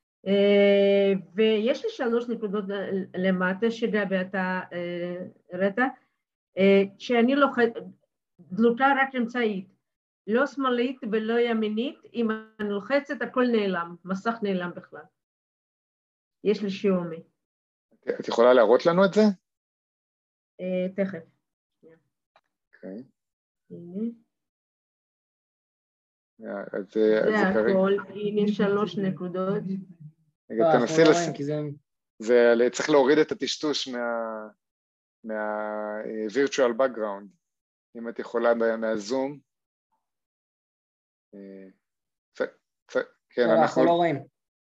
ויש לי 3 נקודות למטה שגבי אתה ראית, שאני דלוקה רק אמצעית, לא שמאלית ולא ימינית, אם אני לוחצת הכל נעלם, מסך נעלם בכלל. יש לי שיומי. את יכולה להראות לנו את זה? תכף. אוקיי. הנה. זה הכל, הנה 3 נקודות. רגע, תנסי צריך להוריד את הטשטוש מה-virtual background, אם את יכולה מהזום. כן, אנחנו לא רואים.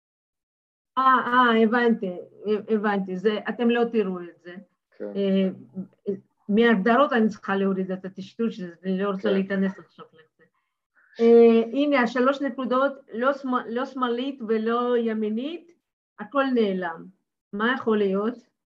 הבנתי, אתם לא תראו את זה. מהגדרות אני צריכה להוריד את הטשטוש, אני לא רוצה להיכנס עכשיו לזה. הנה, 3 נקודות, לא שמאלית ולא ימינית, הכל נעלם. מה יכול להיות?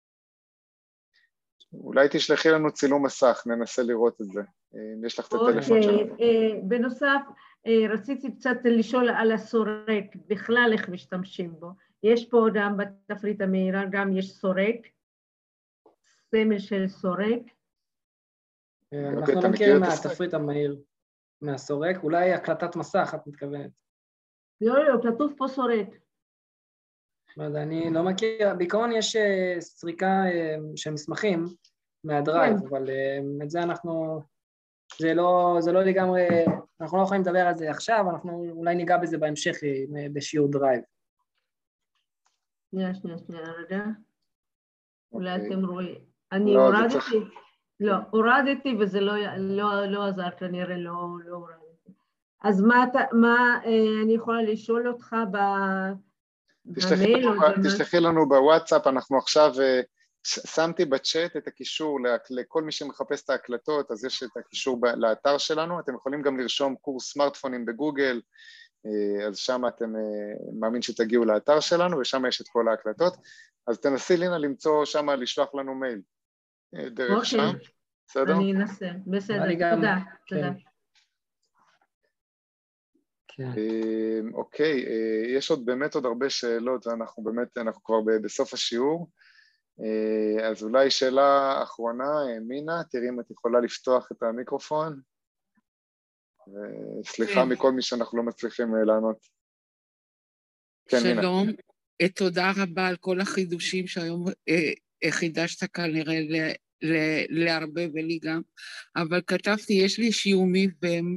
אולי תשלחי לנו צילום מסך, ננסה לראות את זה, אם יש לך את הטלפון שלנו. בנוסף, רציתי קצת לשאול על הסורק, בכלל איך משתמשים בו. יש פה גם בתפריט המהירה, גם יש סורק, סמל של סורק. אנחנו לא מכירים מהתפריט המהיר, מהסורק, אולי הקלטת מסך, את מתכוונת. לא, כתוב פה סורק. לא יודע, אני לא מכיר, בעיקרון יש סריקה של מסמכים מהדרייב, אבל את זה אנחנו, זה לא לגמרי, אנחנו לא יכולים לדבר על זה עכשיו, אנחנו אולי ניגע בזה בהמשך בשיעור דרייב. שנייה, רגע. אולי אתם רואים. אני הורדתי וזה לא עזר, כנראה לא הורדתי. אז מה אני יכולה לשאול אותך תשלחי לנו בוואטסאפ, אנחנו עכשיו שמתי בצ'אט את הקישור לכל מי שמחפש את ההקלטות, אז יש את הקישור לאתר שלנו, אתם יכולים גם לרשום קורס סמארטפונים בגוגל, אז שם אתם מאמין שתגיעו לאתר שלנו, ושם יש את כל ההקלטות, אז תנסי לינה למצוא שם, לשלוח לנו מייל דרך שם, בסדר? אני אנסה, בסדר, תודה. אוקיי, יש באמת עוד הרבה שאלות, ואנחנו כבר בסוף השיעור, אז אולי שאלה אחרונה, מינה, תראי אם את יכולה לפתוח את המיקרופון, וסליחה מכל מי שאנחנו לא מצליחים לענות. כן, מינה. שלום, תודה רבה על כל החידושים שהיום חידשת כנראה להרבה ולי גם, אבל כתבתי, יש לי שיומי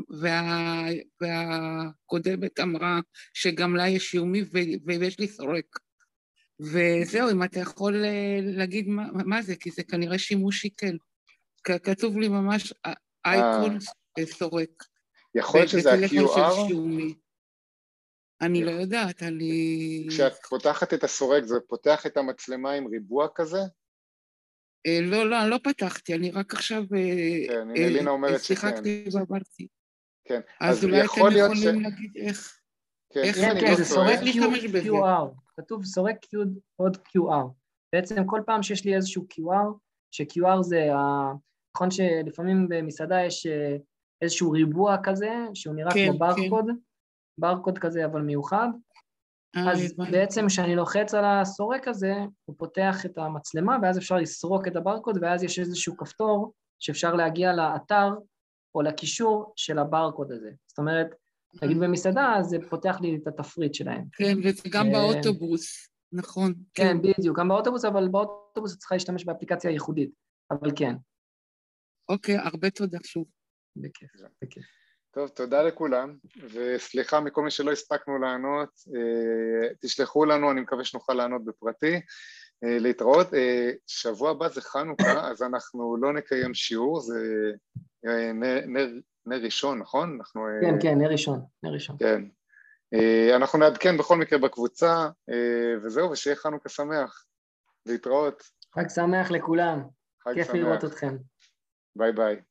והקודמת אמרה שגם לה יש שיומי ויש לי סורק. וזהו, אם אתה יכול להגיד מה זה, כי זה כנראה שימוש שיקל. כתוב לי ממש אייקון סורק. יכול להיות שזה ה-QR? אני לא יודעת, אני... כשאת פותחת את הסורק, זה פותח את המצלמה עם ריבוע כזה? לא, אני לא פתחתי, אני רק עכשיו... כן, הנה לינה אומרת שכן. שיחקתי ועברתי. כן, אז אולי אתם יכולים להגיד איך... כן, זה סורק QR, כתוב סורק עוד QR. בעצם כל פעם שיש לי איזשהו QR, ש-QR זה, נכון שלפעמים במסעדה יש איזשהו ריבוע כזה, שהוא נראה כמו ברקוד, ברקוד כזה אבל מיוחד, אז בעצם כשאני לוחץ על הסורק הזה, הוא פותח את המצלמה, ואז אפשר לסרוק את הברקוד, ואז יש איזשהו כפתור שאפשר להגיע לאתר או לקישור של הברקוד הזה. זאת אומרת, נגיד במסעדה, זה פותח לי את התפריט שלהם. כן, וזה גם באוטובוס, נכון. כן, בדיוק, גם באוטובוס, אבל באוטובוס צריכה להשתמש באפליקציה ייחודית, אבל כן. אוקיי, הרבה תודה שוב. בכיף, בכיף. טוב, תודה לכולם, וסליחה מכל מי שלא הספקנו לענות, תשלחו לנו, אני מקווה שנוכל לענות בפרטי, להתראות. שבוע הבא זה חנוכה, אז אנחנו לא נקיים שיעור, זה נר ראשון, נכון? כן, נר ראשון. כן. אנחנו נעדכן בכל מקרה בקבוצה, וזהו, ושיהיה חנוכה שמח. להתראות. חג שמח לכולם. כיף לראות אתכם. ביי ביי.